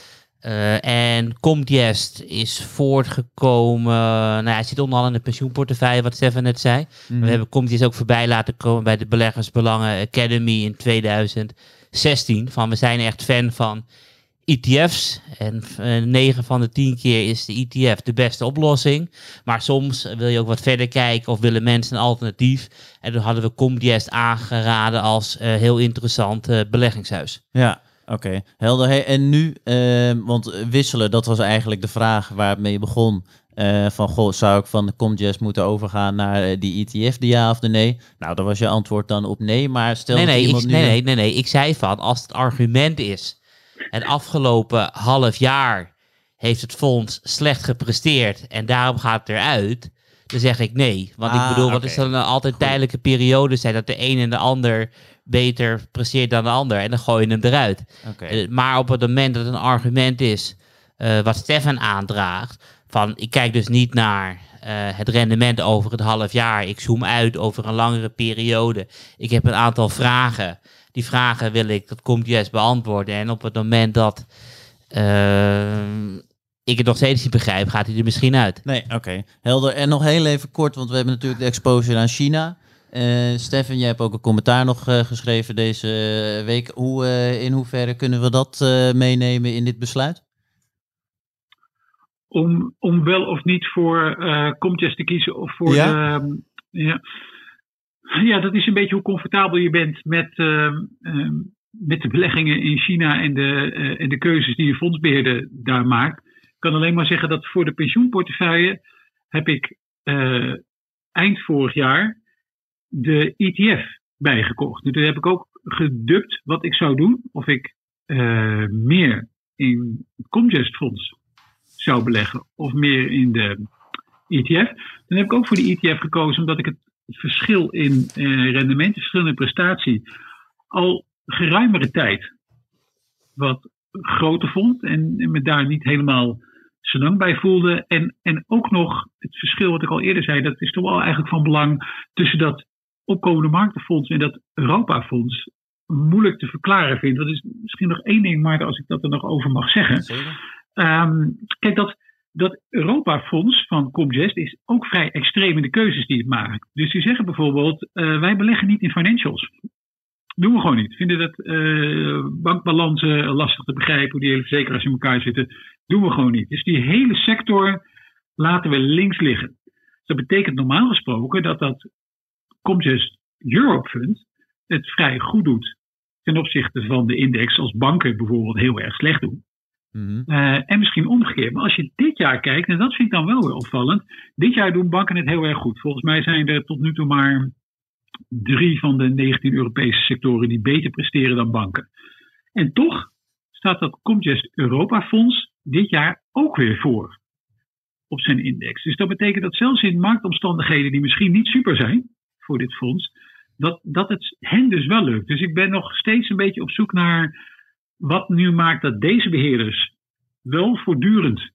Uh, en Comgest is voortgekomen. Nou ja, hij zit onder andere in de pensioenportefeuille, wat Stefan net zei. Mm-hmm. We hebben Comgest ook voorbij laten komen bij de Beleggersbelangen Academy in tweeduizend zestien. Van we zijn echt fan van E T F's. En uh, negen van de tien keer is de E T F de beste oplossing. Maar soms wil je ook wat verder kijken of willen mensen een alternatief. En toen hadden we Comgest aangeraden als uh, heel interessant uh, beleggingshuis. Ja, oké. Okay. Helder. Hey, en nu, uh, want wisselen, dat was eigenlijk de vraag waar het mee begon. Uh, van, goh, zou ik van de Comgest moeten overgaan naar uh, die E T F, de ja of de nee? Nou, daar was je antwoord dan op nee, maar stel nee, dat nee, iemand ik, nu... Nee, nee, nee, nee, ik zei van, als het argument is, het afgelopen half jaar heeft het fonds slecht gepresteerd en daarom gaat het eruit, dan zeg ik nee. Want ah, ik bedoel, wat okay. is dan altijd Goed. tijdelijke periodes zijn dat de een en de ander beter presteert dan de ander en dan gooi je hem eruit. Okay. Uh, maar op het moment dat het een argument is, uh, wat Stefan aandraagt, van ik kijk dus niet naar uh, het rendement over het half jaar. Ik zoom uit over een langere periode. Ik heb een aantal vragen. Die vragen wil ik, dat komt juist beantwoorden. En op het moment dat uh, ik het nog steeds niet begrijp, gaat hij er misschien uit. Nee, oké. Okay. Helder. En nog heel even kort, want we hebben natuurlijk de exposure aan China. Uh, Stefan, jij hebt ook een commentaar nog uh, geschreven deze week. Hoe, uh, in hoeverre kunnen we dat uh, meenemen in dit besluit? Om, om wel of niet voor uh, Comgest te kiezen of voor ja? de... Ja. ja, dat is een beetje hoe comfortabel je bent met, uh, uh, met de beleggingen in China en de, uh, en de keuzes die je fondsbeheerder daar maakt. Ik kan alleen maar zeggen dat voor de pensioenportefeuille heb ik uh, eind vorig jaar de E T F bijgekocht. Dus toen heb ik ook gedubt wat ik zou doen. Of ik uh, meer in het Comgest fonds zou beleggen of meer in de E T F. Dan heb ik ook voor de E T F gekozen omdat ik het verschil in uh, rendement, het verschil in prestatie al geruimere tijd wat groter vond en, en me daar niet helemaal zo lang bij voelde. En, en ook nog het verschil wat ik al eerder zei, dat is toch wel eigenlijk van belang tussen dat opkomende marktenfonds en dat Europa-fonds moeilijk te verklaren vind. Dat is misschien nog één ding, maar als ik dat er nog over mag zeggen. Um, kijk, dat, dat Europa-fonds van Comgest is ook vrij extreem in de keuzes die het maakt. Dus die zeggen bijvoorbeeld, uh, wij beleggen niet in financials. Doen we gewoon niet. Vinden dat uh, bankbalansen lastig te begrijpen, hoe die hele verzekeraars in elkaar zitten. Doen we gewoon niet. Dus die hele sector laten we links liggen. Dat betekent normaal gesproken dat dat Comgest Europe Fund het vrij goed doet ten opzichte van de index als banken bijvoorbeeld heel erg slecht doen. Mm-hmm. Uh, en misschien omgekeerd. Maar als je dit jaar kijkt, en dat vind ik dan wel weer opvallend. Dit jaar doen banken het heel erg goed. Volgens mij zijn er tot nu toe maar drie van de negentien Europese sectoren die beter presteren dan banken. En toch staat dat Comgest Europa Fonds dit jaar ook weer voor op zijn index. Dus dat betekent dat zelfs in marktomstandigheden die misschien niet super zijn voor dit fonds, dat, dat het hen dus wel lukt. Dus ik ben nog steeds een beetje op zoek naar wat nu maakt dat deze beheerders wel voortdurend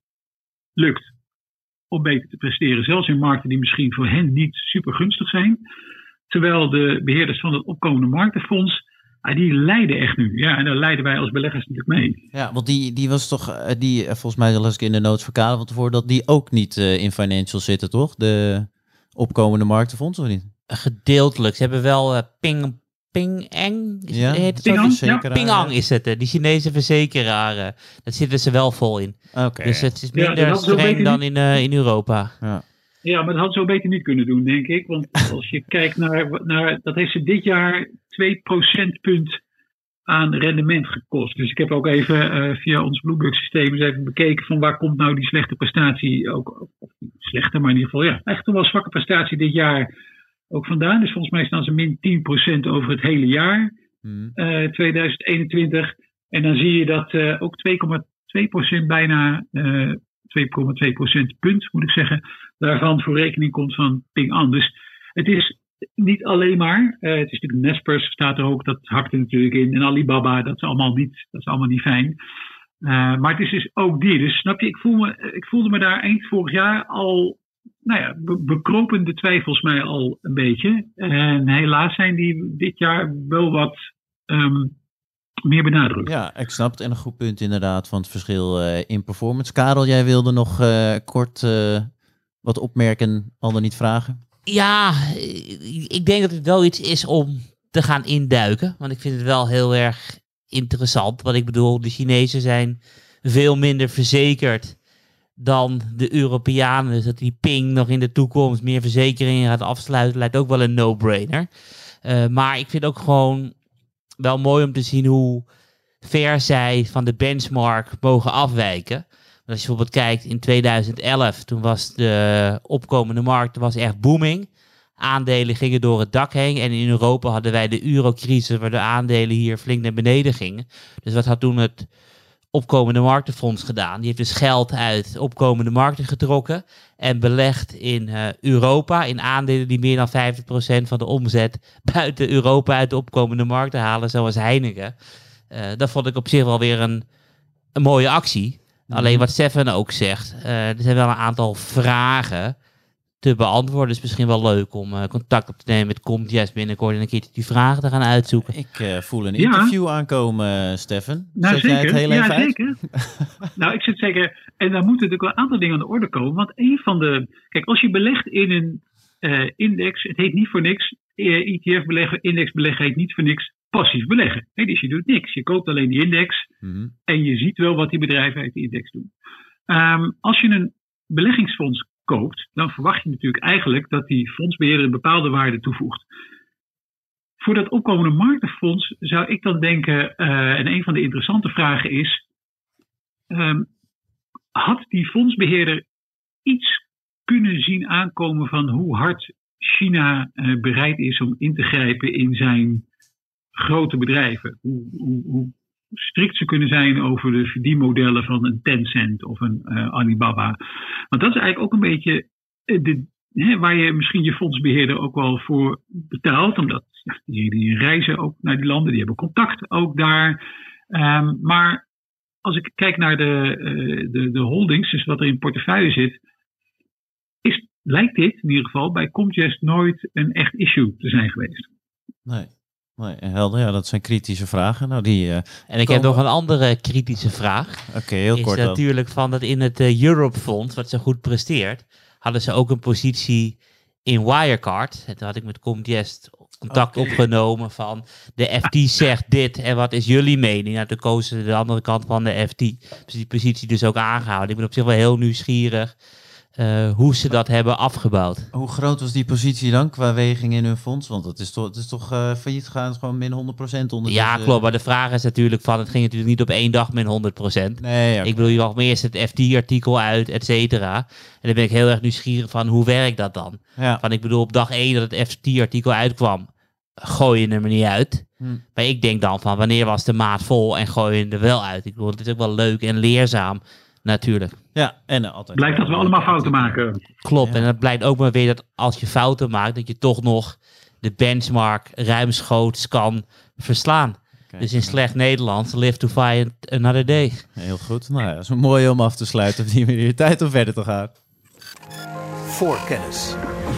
lukt om beter te presteren. Zelfs in markten die misschien voor hen niet super gunstig zijn. Terwijl de beheerders van het opkomende marktenfonds, die lijden echt nu. Ja, en daar lijden wij als beleggers natuurlijk mee. Ja, want die, die was toch, die volgens mij las ik in de notes verkalen van tevoren, dat die ook niet uh, in financials zitten, toch? De opkomende marktenfondsen, of niet? Gedeeltelijk. Ze hebben wel uh, Ping... Ping Eng? Is ja, het, heet het Ping Ang, ja. Ping Ang is het, die Chinese verzekeraar. Daar zitten ze wel vol in. Okay. Dus het is minder ja, streng dan in, uh, in Europa. Ja. ja, maar dat had zo beter niet kunnen doen, denk ik. Want als je kijkt naar, naar... Dat heeft ze dit jaar twee procentpunt aan rendement gekost. Dus ik heb ook even uh, via ons Bloomberg systeem eens even bekeken van waar komt nou die slechte prestatie ook... Of slechte, maar in ieder geval, ja. Echt wel zwakke prestatie dit jaar ook vandaan. Dus volgens mij staan ze min tien procent over het hele jaar. Hmm. Uh, tweeduizend eenentwintig. En dan zie je dat uh, ook twee komma twee procent bijna... Uh, twee komma twee procentpunt, moet ik zeggen, daarvan voor rekening komt van Ping An. Dus het is niet alleen maar, uh, het is natuurlijk Naspers, staat er ook, dat hakt er natuurlijk in. En Alibaba, dat is allemaal niet, dat is allemaal niet fijn. Uh, maar het is dus ook die. Dus snap je, ik, voel me, ik voelde me daar eind vorig jaar al, nou ja, be- bekropen de twijfels mij al een beetje. En helaas zijn die dit jaar wel wat Um, meer benadrukt. Ja, ik snap het. En een goed punt inderdaad van het verschil uh, in performance. Karel, jij wilde nog uh, kort uh, wat opmerken, al dan niet vragen? Ja, ik denk dat het wel iets is om te gaan induiken. Want ik vind het wel heel erg interessant. Wat ik bedoel, de Chinezen zijn veel minder verzekerd dan de Europeanen. Dus dat die Ping nog in de toekomst meer verzekeringen gaat afsluiten, lijkt ook wel een no-brainer. Uh, maar ik vind ook gewoon wel mooi om te zien hoe ver zij van de benchmark mogen afwijken. Want als je bijvoorbeeld kijkt in tweeduizend elf, toen was de opkomende markt was echt booming. Aandelen gingen door het dak heen. En in Europa hadden wij de eurocrisis, waar de aandelen hier flink naar beneden gingen. Dus wat had toen het opkomende marktenfonds gedaan? Die heeft dus geld uit opkomende markten getrokken en belegd in uh, Europa, in aandelen die meer dan vijftig procent van de omzet buiten Europa uit de opkomende markten halen, zoals Heineken. Uh, dat vond ik op zich wel weer een, een mooie actie. Mm. Alleen wat Stefan ook zegt, uh, er zijn wel een aantal vragen te beantwoorden. Het is misschien wel leuk om uh, contact op te nemen met Comtjest binnenkort en een keertje die vragen te gaan uitzoeken. Ik uh, voel een interview ja. aankomen, Stefan. Nou, zet zeker. jij het heel even ja, uit? zeker. Nou, ik zit zeker. En daar moeten natuurlijk wel een aantal dingen aan de orde komen. Want een van de... Kijk, als je belegt in een uh, index, het heet niet voor niks. Uh, E T F beleggen, index beleggen heet niet voor niks passief beleggen. Hey, dus je doet niks. Je koopt alleen die index mm-hmm. en je ziet wel wat die bedrijven uit die index doen. Um, als je een beleggingsfonds koopt, dan verwacht je natuurlijk eigenlijk dat die fondsbeheerder een bepaalde waarde toevoegt. Voor dat opkomende marktenfonds zou ik dan denken, uh, en een van de interessante vragen is, um, had die fondsbeheerder iets kunnen zien aankomen van hoe hard China uh, bereid is om in te grijpen in zijn grote bedrijven? Hoe, hoe, hoe strikt ze kunnen zijn over de verdienmodellen van een Tencent of een uh, Alibaba. Want dat is eigenlijk ook een beetje uh, de, hè, waar je misschien je fondsbeheerder ook wel voor betaalt. Omdat ja, die, die reizen ook naar die landen, die hebben contact ook daar. Um, maar als ik kijk naar de, uh, de, de holdings, dus wat er in portefeuille zit, is, lijkt dit in ieder geval bij Comtjest nooit een echt issue te zijn geweest. Nee. Nee, helder, ja, dat zijn kritische vragen. Nou, die, uh, en ik komen... heb nog een andere kritische vraag. Oké, okay, heel is kort natuurlijk dan. van dat in het uh, Europe Fonds, wat zo goed presteert, hadden ze ook een positie in Wirecard. En toen had ik met Comtjest contact okay. opgenomen van de F T zegt dit en wat is jullie mening? Nou, toen kozen ze de andere kant van de F T. Dus die positie dus ook aangehouden. Ik ben op zich wel heel nieuwsgierig Uh, hoe ze dat hebben afgebouwd. Hoe groot was die positie dan qua weging in hun fonds? Want het is toch, het is toch uh, failliet gegaan, gewoon min honderd procent onder. Ja, dus, klopt. Maar de vraag is natuurlijk van, het ging natuurlijk niet op één dag min honderd procent. Nee, ja, ik bedoel, je mag eerst het F T-artikel uit, et cetera. En dan ben ik heel erg nieuwsgierig van, hoe werkt dat dan? Ja. Van, ik bedoel, op dag één dat het F T-artikel uitkwam, gooi je hem er niet uit. Hm. Maar ik denk dan van, wanneer was de maat vol en gooi je hem er wel uit? Ik bedoel, het is ook wel leuk en leerzaam. Natuurlijk. Ja, en uh, altijd. Blijkt dat we allemaal fouten maken. Klopt, ja. En het blijkt ook maar weer dat als je fouten maakt, dat je toch nog de benchmark ruimschoots kan verslaan. Kijk, dus in slecht Nederlands, live to fight another day. Heel goed. Nou ja, dat is mooi om af te sluiten op die manier. Tijd om verder te gaan. Voorkennis.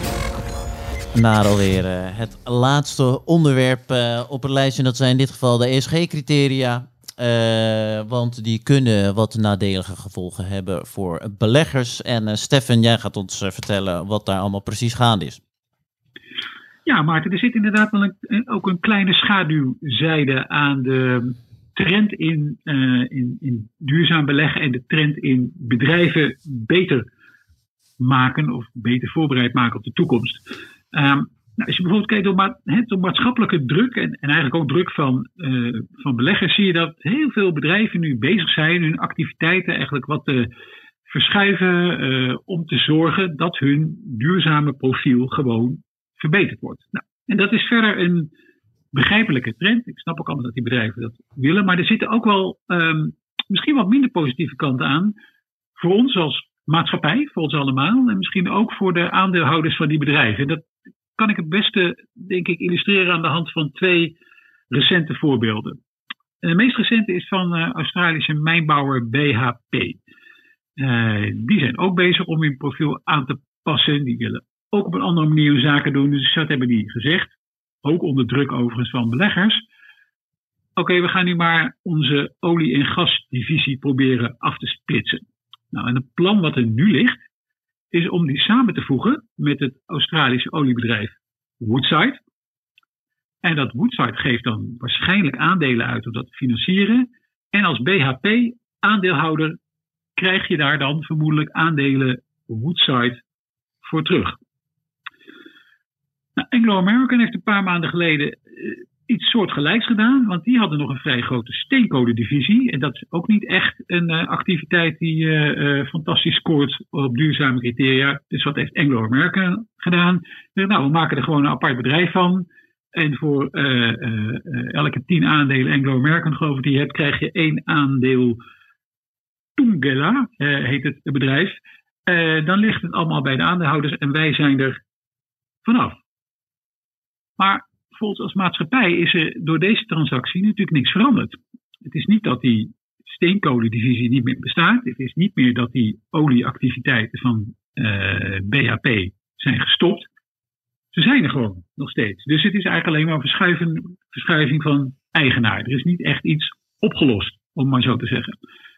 Naar alweer uh, het laatste onderwerp uh, op het lijstje. Dat zijn in dit geval de E S G-criteria. Uh, want die kunnen wat nadelige gevolgen hebben voor beleggers. En uh, Stefan, jij gaat ons uh, vertellen wat daar allemaal precies gaande is. Ja, Maarten, er zit inderdaad wel een, ook een kleine schaduwzijde aan de trend in, uh, in, in duurzaam beleggen en de trend in bedrijven beter maken of beter voorbereid maken op de toekomst. Um, Nou, als je bijvoorbeeld kijkt door, ma- he, door maatschappelijke druk en, en eigenlijk ook druk van, uh, van beleggers, zie je dat heel veel bedrijven nu bezig zijn hun activiteiten eigenlijk wat te verschuiven uh, om te zorgen dat hun duurzame profiel gewoon verbeterd wordt. Nou, en dat is verder een begrijpelijke trend. Ik snap ook allemaal dat die bedrijven dat willen, maar er zitten ook wel um, misschien wat minder positieve kanten aan voor ons als maatschappij, voor ons allemaal en misschien ook voor de aandeelhouders van die bedrijven. Dat kan ik het beste, denk ik, illustreren aan de hand van twee recente voorbeelden. En de meest recente is van uh, Australische mijnbouwer B H P. Uh, die zijn ook bezig om hun profiel aan te passen. Die willen ook op een andere manier hun zaken doen. Dus dat hebben die gezegd. Ook onder druk overigens van beleggers. Oké, okay, we gaan nu maar onze olie- en gasdivisie proberen af te splitsen. Nou, en het plan wat er nu ligt, is om die samen te voegen met het Australische oliebedrijf Woodside. En dat Woodside geeft dan waarschijnlijk aandelen uit om dat te financieren. En als B H P-aandeelhouder krijg je daar dan vermoedelijk aandelen Woodside voor terug. Nou, Anglo American heeft een paar maanden geleden uh, iets soortgelijks gedaan. Want die hadden nog een vrij grote steenkolendivisie. En dat is ook niet echt een uh, activiteit die uh, uh, fantastisch scoort op duurzame criteria. Dus wat heeft Anglo American gedaan? Uh, nou, we maken er gewoon een apart bedrijf van. En voor uh, uh, uh, elke tien aandelen Anglo American, geloof ik, die je hebt, krijg je één aandeel Thungela, uh, heet het bedrijf. Uh, dan ligt het allemaal bij de aandeelhouders en wij zijn er vanaf. Maar volgens als maatschappij is er door deze transactie natuurlijk niks veranderd. Het is niet dat die steenkolendivisie niet meer bestaat. Het is niet meer dat die olieactiviteiten van uh, B H P zijn gestopt. Ze zijn er gewoon nog steeds. Dus het is eigenlijk alleen maar een verschuiving, verschuiving van eigenaar. Er is niet echt iets opgelost, om maar zo te zeggen.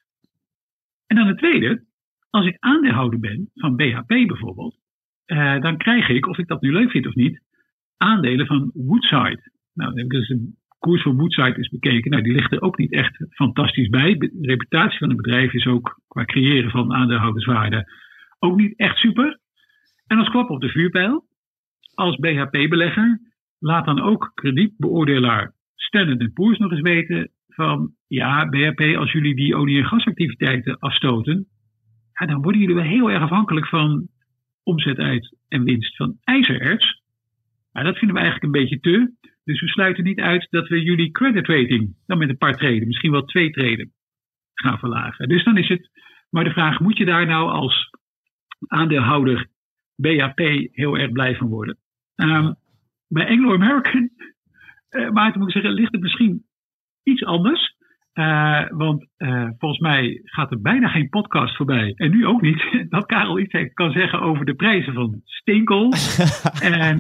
En dan het tweede. Als ik aandeelhouder ben van B H P bijvoorbeeld, uh, dan krijg ik, of ik dat nu leuk vind of niet, aandelen van Woodside. Nou, dan heb ik dus de koers van Woodside is bekeken. Nou, die ligt er ook niet echt fantastisch bij. De reputatie van het bedrijf is ook qua creëren van aandeelhouderswaarde ook niet echt super. En als klap op de vuurpijl, als B H P-belegger, laat dan ook kredietbeoordelaar Standard and Poor's nog eens weten van, ja, B H P, als jullie die olie- en gasactiviteiten afstoten, ja, dan worden jullie wel heel erg afhankelijk van omzet uit en winst van ijzererts. Maar dat vinden we eigenlijk een beetje te. Dus we sluiten niet uit dat we jullie credit rating dan met een paar treden, misschien wel twee treden, gaan verlagen. Dus dan is het maar de vraag, moet je daar nou als aandeelhouder B H P heel erg blij van worden? Um, bij Anglo American, uh, maar moet ik zeggen, ligt het misschien iets anders. Uh, want uh, volgens mij gaat er bijna geen podcast voorbij, en nu ook niet, dat Karel iets heeft, kan zeggen over de prijzen van steenkool. en,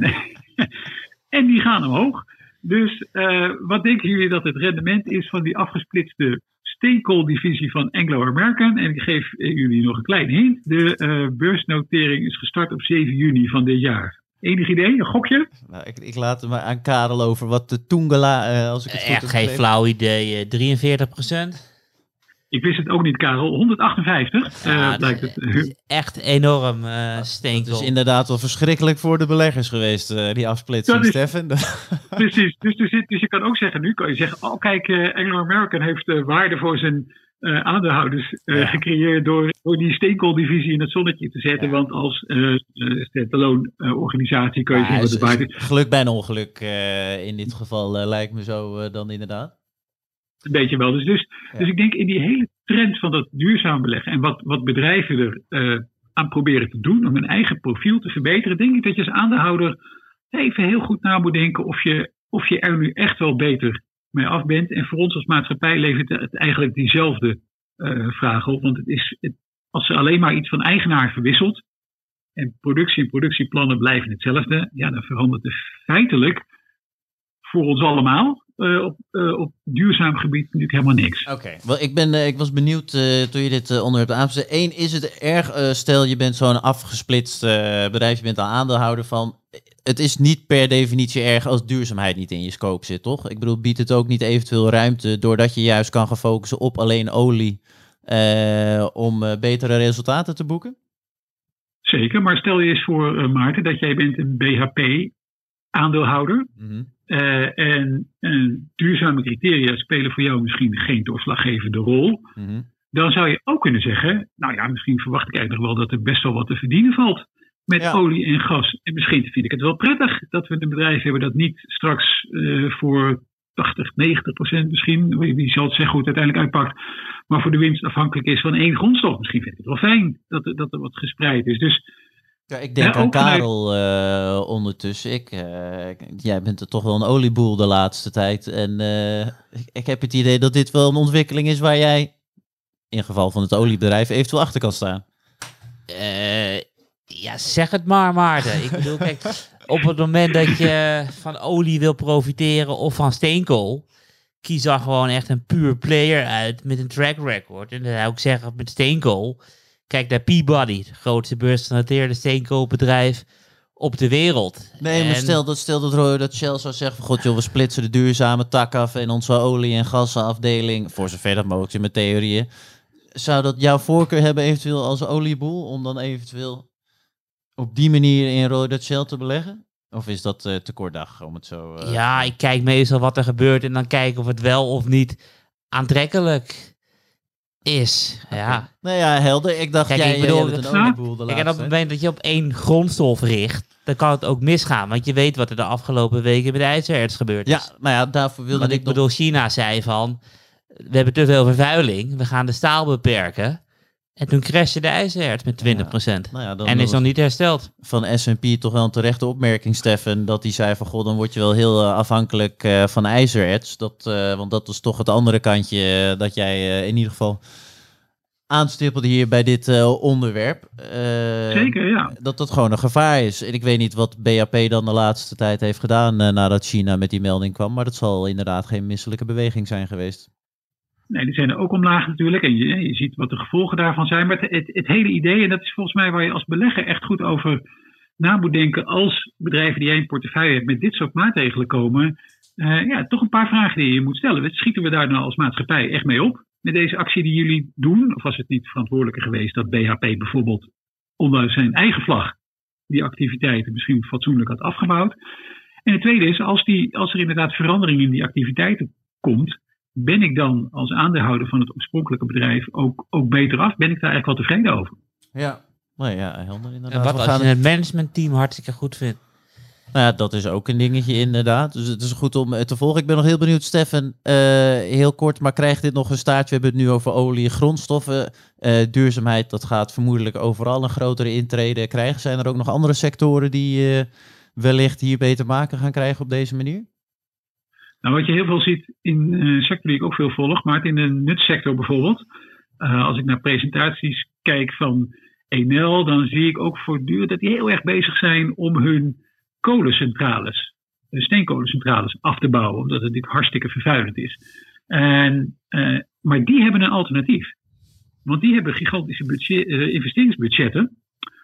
en die gaan omhoog. Dus uh, wat denken jullie dat het rendement is van die afgesplitste steenkooldivisie van Anglo American? En ik geef jullie nog een klein hint. De uh, beursnotering is gestart op zeven juni van dit jaar. Enig idee? Een gokje? Nou, ik, ik laat het maar aan Karel over wat de Thungela, uh, als ik het goed heb Echt geen begrepen. flauw idee. Uh, drieënveertig procent. Ik wist het ook niet, Karel. honderdachtenvijftig. Ja, uh, lijkt dat het. is echt enorm uh, Het steenkool. is inderdaad wel verschrikkelijk voor de beleggers geweest, uh, die afsplitsing, Dat is- Stefan. Precies. Dus, dus, dus je kan ook zeggen, nu kan je zeggen, oh kijk, uh, Anglo American heeft uh, waarde voor zijn uh, aandeelhouders uh, Ja. gecreëerd door, door die steenkooldivisie in het zonnetje te zetten. Ja. Want als uh, uh, standalone uh, organisatie kan je Ja, zien wat het is- waard is is. geluk bij een ongeluk uh, in dit geval uh, lijkt me zo uh, dan inderdaad. Een beetje wel. Dus, dus, Ja. dus ik denk in die hele trend van dat duurzaam beleggen en wat, wat bedrijven er uh, aan proberen te doen om hun eigen profiel te verbeteren, denk ik dat je als aandeelhouder even heel goed na moet denken of je, of je er nu echt wel beter mee af bent. En voor ons als maatschappij levert het eigenlijk diezelfde uh, vraag op. Want het is, het, als er alleen maar iets van eigenaar verwisselt en productie en productieplannen blijven hetzelfde, ja, dan verandert het feitelijk voor ons allemaal uh, op, uh, op duurzaam gebied natuurlijk helemaal niks. Oké. Wel, ik, ben, uh, ik was benieuwd uh, toen je dit uh, onderwerp aanzette. Eén, is het erg, uh, stel je bent zo'n afgesplitst uh, bedrijf, je bent al aandeelhouder van. Het is niet per definitie erg als duurzaamheid niet in je scope zit, toch? Ik bedoel, biedt het ook niet eventueel ruimte doordat je juist kan gaan focussen op alleen olie uh, om uh, betere resultaten te boeken? Zeker, maar stel je eens voor, uh, Maarten, dat jij bent een B H P-aandeelhouder. Mm-hmm. Uh, en uh, duurzame criteria spelen voor jou misschien geen doorslaggevende rol. Mm-hmm. Dan zou je ook kunnen zeggen, nou ja, misschien verwacht ik eigenlijk wel dat er best wel wat te verdienen valt met Ja. olie en gas. En misschien vind ik het wel prettig dat we een bedrijf hebben dat niet straks uh, voor tachtig, negentig procent misschien, wie zal het zeggen hoe het uiteindelijk uitpakt, maar voor de winst afhankelijk is van één grondstof. Misschien vind ik het wel fijn dat, er- dat er wat gespreid is. Dus Ja, ik denk Ja, aan ook vanuit- Karel uh, ondertussen. Ik, uh, ik- jij bent er toch wel een olieboel de laatste tijd. En uh, ik, ik heb het idee dat dit wel een ontwikkeling is waar jij, in geval van het oliebedrijf, eventueel achter kan staan. Eh, ja, zeg het maar, Maarten. Ik bedoel, kijk, op het moment dat je van olie wil profiteren of van steenkool, kies dan gewoon echt een puur player uit met een track record. En dan zou ik zeggen, met steenkool, kijk naar Peabody, het grootste beursgenoteerde steenkoolbedrijf op de wereld. Nee, maar En- stel dat, stel dat, Roy, dat Shell zou zeggen van... God joh, we splitsen de duurzame tak af en onze olie- en gasafdeling... Voor zover dat mogelijk is in mijn theorieën. Zou dat jouw voorkeur hebben eventueel als olieboel... om dan eventueel op die manier in Roy Shell te beleggen? Of is dat uh, te kort dag om het zo... Uh, Ja, ik kijk meestal wat er gebeurt en dan kijken of het wel of niet aantrekkelijk is. Ja. Nou ja, helder. Ik dacht, Kijk, jij, ik bedoel, jij bent een dat- olieboel de Kijk, en op laatste. het moment dat je op één grondstof richt, dan kan het ook misgaan. Want je weet wat er de afgelopen weken met de ijzererts gebeurd is. Ja, nou ja, daarvoor wilde Want ik ik bedoel, China zei van, we hebben te veel vervuiling, we gaan de staal beperken. En toen crashte de ijzererts met twintig procent. Nou ja, dan En is was nog niet hersteld. van S en P toch wel een terechte opmerking, Stefan, dat hij zei van, god, dan word je wel heel uh, afhankelijk uh, van ijzererts. Dat, uh, want dat is toch het andere kantje uh, dat jij uh, in ieder geval aanstippelde hier bij dit uh, onderwerp. Uh, Zeker, ja. Dat dat gewoon een gevaar is. En ik weet niet wat B H P dan de laatste tijd heeft gedaan uh, nadat China met die melding kwam, maar dat zal inderdaad geen misselijke beweging zijn geweest. Nee, die zijn er ook omlaag natuurlijk. En je, je ziet wat de gevolgen daarvan zijn. Maar het, het, het hele idee, en dat is volgens mij waar je als belegger echt goed over na moet denken. Als bedrijven die jij in portefeuille hebt met dit soort maatregelen komen. Uh, ja, toch een paar vragen die je moet stellen. Schieten we daar nou als maatschappij echt mee op? Met deze actie die jullie doen? Of was het niet verantwoordelijker geweest dat B H P bijvoorbeeld onder zijn eigen vlag die activiteiten misschien fatsoenlijk had afgebouwd? En het tweede is, als, die, als er inderdaad verandering in die activiteiten komt, ben ik dan als aandeelhouder van het oorspronkelijke bedrijf ook, ook beter af? Ben ik daar eigenlijk wel tevreden over? Ja, nou ja, helder inderdaad. En wat We als gaan je het managementteam hartstikke goed vindt? Nou ja, dat is ook een dingetje inderdaad. Dus het is goed om uh, te volgen. Ik ben nog heel benieuwd, Stefan. Uh, heel kort, maar krijgt dit nog een staartje? We hebben het nu over olie, grondstoffen. Uh, duurzaamheid, dat gaat vermoedelijk overal een grotere intrede krijgen. Zijn er ook nog andere sectoren die uh, wellicht hier beter maken gaan krijgen op deze manier? Nou, wat je heel veel ziet in een sector die ik ook veel volg, maar in de nutsector bijvoorbeeld. Uh, als ik naar presentaties kijk van Enel, dan zie ik ook voortdurend dat die heel erg bezig zijn om hun kolencentrales, de steenkolencentrales af te bouwen, omdat het natuurlijk hartstikke vervuilend is. En, uh, maar die hebben een alternatief. Want die hebben gigantische budget, uh, investeringsbudgetten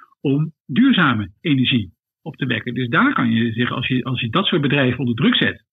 om duurzame energie op te wekken. Dus daar kan je zeggen, als je, als je dat soort bedrijven onder druk zet,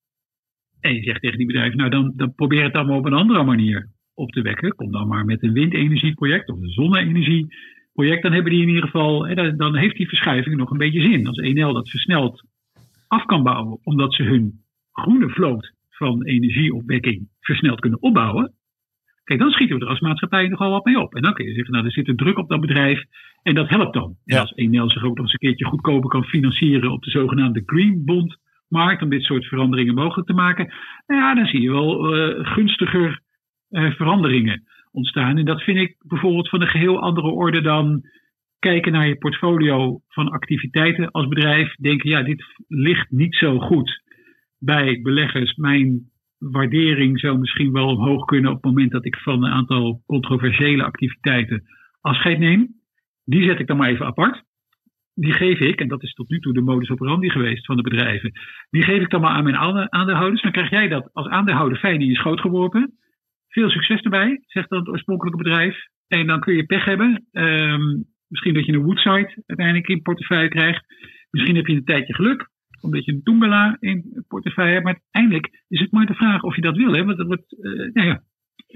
en je zegt tegen die bedrijven, nou dan, dan probeer het dan maar op een andere manier op te wekken. Kom dan maar met een windenergieproject of een zonne-energieproject. Dan hebben die in ieder geval, hè, dan heeft die verschuiving nog een beetje zin. Als Enel dat versneld af kan bouwen, omdat ze hun groene vloot van energieopwekking versneld kunnen opbouwen. Kijk, dan schieten we er als maatschappij nogal wat mee op. En dan kun je zeggen, nou er zit een druk op dat bedrijf en dat helpt dan. Ja. En als Enel zich ook nog eens een keertje goedkoper kan financieren op de zogenaamde Green Bond markt, om dit soort veranderingen mogelijk te maken, nou ja, dan zie je wel uh, gunstiger uh, veranderingen ontstaan. En dat vind ik bijvoorbeeld van een geheel andere orde dan kijken naar je portfolio van activiteiten als bedrijf. Denken, ja, dit ligt niet zo goed bij beleggers. Mijn waardering zou misschien wel omhoog kunnen op het moment dat ik van een aantal controversiële activiteiten afscheid neem. Die zet ik dan maar even apart. Die geef ik, en dat is tot nu toe de modus operandi geweest van de bedrijven, die geef ik dan maar aan mijn aandeelhouders. Dan krijg jij dat als aandeelhouder fijn in je schoot geworpen. Veel succes erbij, zegt dan het oorspronkelijke bedrijf. En dan kun je pech hebben. Um, misschien dat je een Woodside uiteindelijk in portefeuille krijgt. Misschien heb je een tijdje geluk, omdat je een Toembela in portefeuille hebt. Maar uiteindelijk is het maar de vraag of je dat wil. Hè? Want dat wordt, uh, nou ja,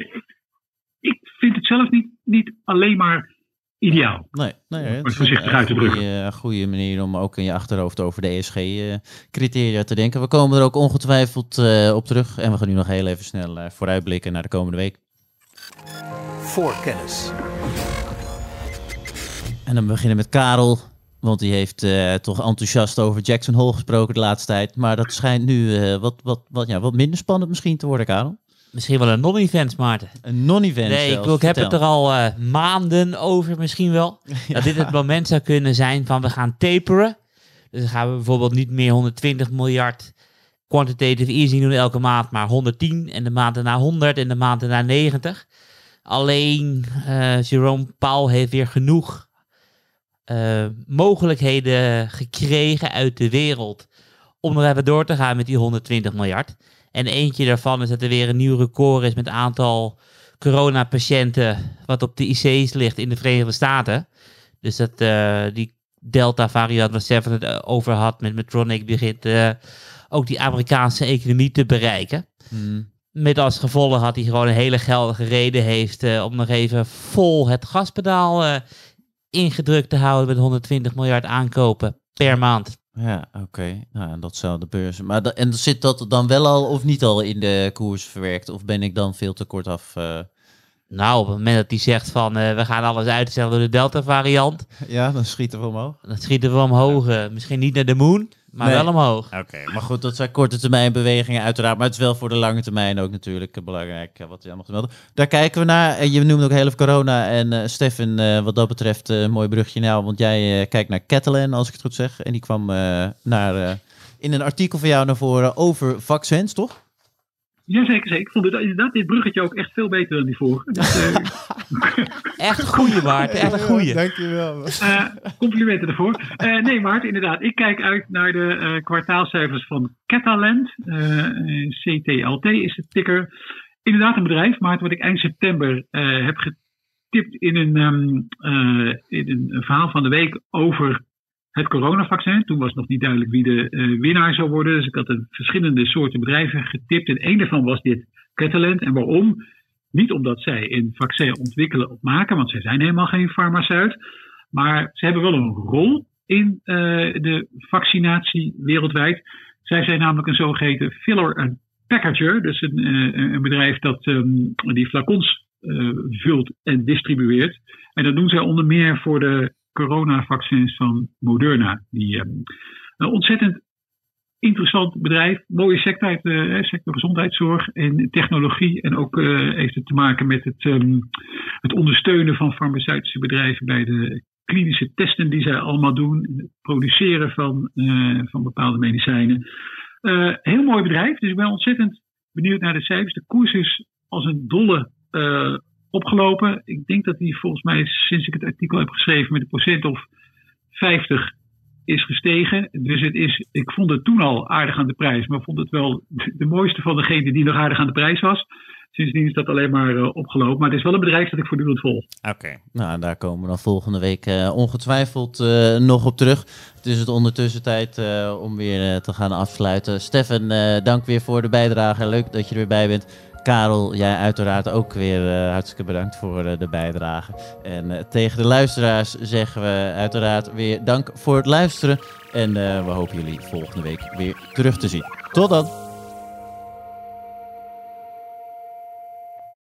ik vind het zelf niet, niet alleen maar ideaal. Nee, nee, het is voorzichtig een, uit te drukken. Een goede manier om ook in je achterhoofd over de E S G-criteria te denken. We komen er ook ongetwijfeld uh, op terug. En we gaan nu nog heel even snel uh, vooruitblikken naar de komende week. Voorkennis. En dan beginnen met Karel. Want die heeft uh, toch enthousiast over Jackson Hole gesproken de laatste tijd. Maar dat schijnt nu uh, wat, wat, wat, ja, wat minder spannend misschien te worden, Karel. Misschien wel een non-event, Maarten. Een non-event Nee, zelfs. ik, ik heb Vertel. het er al uh, maanden over misschien wel. Ja. Dat dit het moment zou kunnen zijn van we gaan taperen. Dus dan gaan we bijvoorbeeld niet meer honderdtwintig miljard quantitative easing doen elke maand, maar honderdtien en de maand daarna honderd en de maand daarna negentig. Alleen uh, Jerome Powell heeft weer genoeg uh, mogelijkheden gekregen uit de wereld om nog even door te gaan met die honderdtwintig miljard. En eentje daarvan is dat er weer een nieuw record is met het aantal coronapatiënten wat op de I C's ligt in de Verenigde Staten. Dus dat uh, die Delta-variant, waar Stefan het over had met Medtronic, begint uh, ook die Amerikaanse economie te bereiken. Hmm. Met als gevolg had hij gewoon een hele geldige reden heeft uh, om nog even vol het gaspedaal uh, ingedrukt te houden met honderdtwintig miljard aankopen per maand. Ja, oké. Okay. Nou, dat zou de beurs. Maar da- en zit dat dan wel al of niet al in de koers verwerkt? Of ben ik dan veel te kort af? Uh... Nou, op het moment dat hij zegt van uh, we gaan alles uitstellen door de Delta-variant. Ja, dan schieten we omhoog. Dan schieten we omhoog. Uh, misschien niet naar de moon, maar nee. wel omhoog. Oké, okay, maar goed, dat zijn korte termijn bewegingen uiteraard. Maar het is wel voor de lange termijn ook natuurlijk belangrijk uh, wat je allemaal gemeld. Daar kijken we naar. En je noemde ook heel even corona. En uh, Stefan, uh, wat dat betreft, een uh, mooi brugje nou. Want jij uh, kijkt naar Catalan, als ik het goed zeg. En die kwam uh, naar, uh, in een artikel van jou naar voren over vaccins, toch? Jazeker, zeker. Ik vond het, inderdaad dit bruggetje ook echt veel beter dan die vorige. Dus, uh... echt een goeie, Maarten. Echt een goeie. Ja, dankjewel. Uh, complimenten ervoor. Uh, nee, Maarten, inderdaad. Ik kijk uit naar de uh, kwartaalcijfers van Catalent. Uh, C T L T is de ticker. Inderdaad een bedrijf, Maarten, wat ik eind september uh, heb getipt in een, um, uh, in een verhaal van de week over het coronavaccin. Toen was nog niet duidelijk wie de uh, winnaar zou worden. Dus ik had een verschillende soorten bedrijven getipt. En één daarvan was dit Catalent. En waarom? Niet omdat zij een vaccin ontwikkelen of maken, want zij zijn helemaal geen farmaceut. Maar ze hebben wel een rol in uh, de vaccinatie wereldwijd. Zij zijn namelijk een zogeheten filler and packager. Dus een, uh, een bedrijf dat um, die flacons uh, vult en distribueert. En dat doen zij onder meer voor de coronavaccins van Moderna. Die um, een ontzettend interessant bedrijf, mooie sector uit de uh, sector gezondheidszorg en technologie. En ook uh, heeft het te maken met het, um, het ondersteunen van farmaceutische bedrijven bij de klinische testen die zij allemaal doen. Het produceren van, uh, van bepaalde medicijnen. Uh, heel mooi bedrijf, dus ik ben ontzettend benieuwd naar de cijfers. De koers is als een dolle uh, opgelopen. Ik denk dat die volgens mij sinds ik het artikel heb geschreven met een procent of vijftig is gestegen. Dus het is, ik vond het toen al aardig aan de prijs, maar vond het wel de mooiste van degene die nog aardig aan de prijs was. Sindsdien is dat alleen maar uh, opgelopen. Maar het is wel een bedrijf dat ik voortdurend volg. Oké, okay. Nou daar komen we dan volgende week uh, ongetwijfeld uh, nog op terug. Het is het ondertussen tijd uh, om weer uh, te gaan afsluiten. Stefan, uh, dank weer voor de bijdrage. Leuk dat je er weer bij bent. Karel, jij uiteraard ook weer uh, hartstikke bedankt voor uh, de bijdrage. En uh, tegen de luisteraars zeggen we uiteraard weer dank voor het luisteren. En uh, we hopen jullie volgende week weer terug te zien. Tot dan!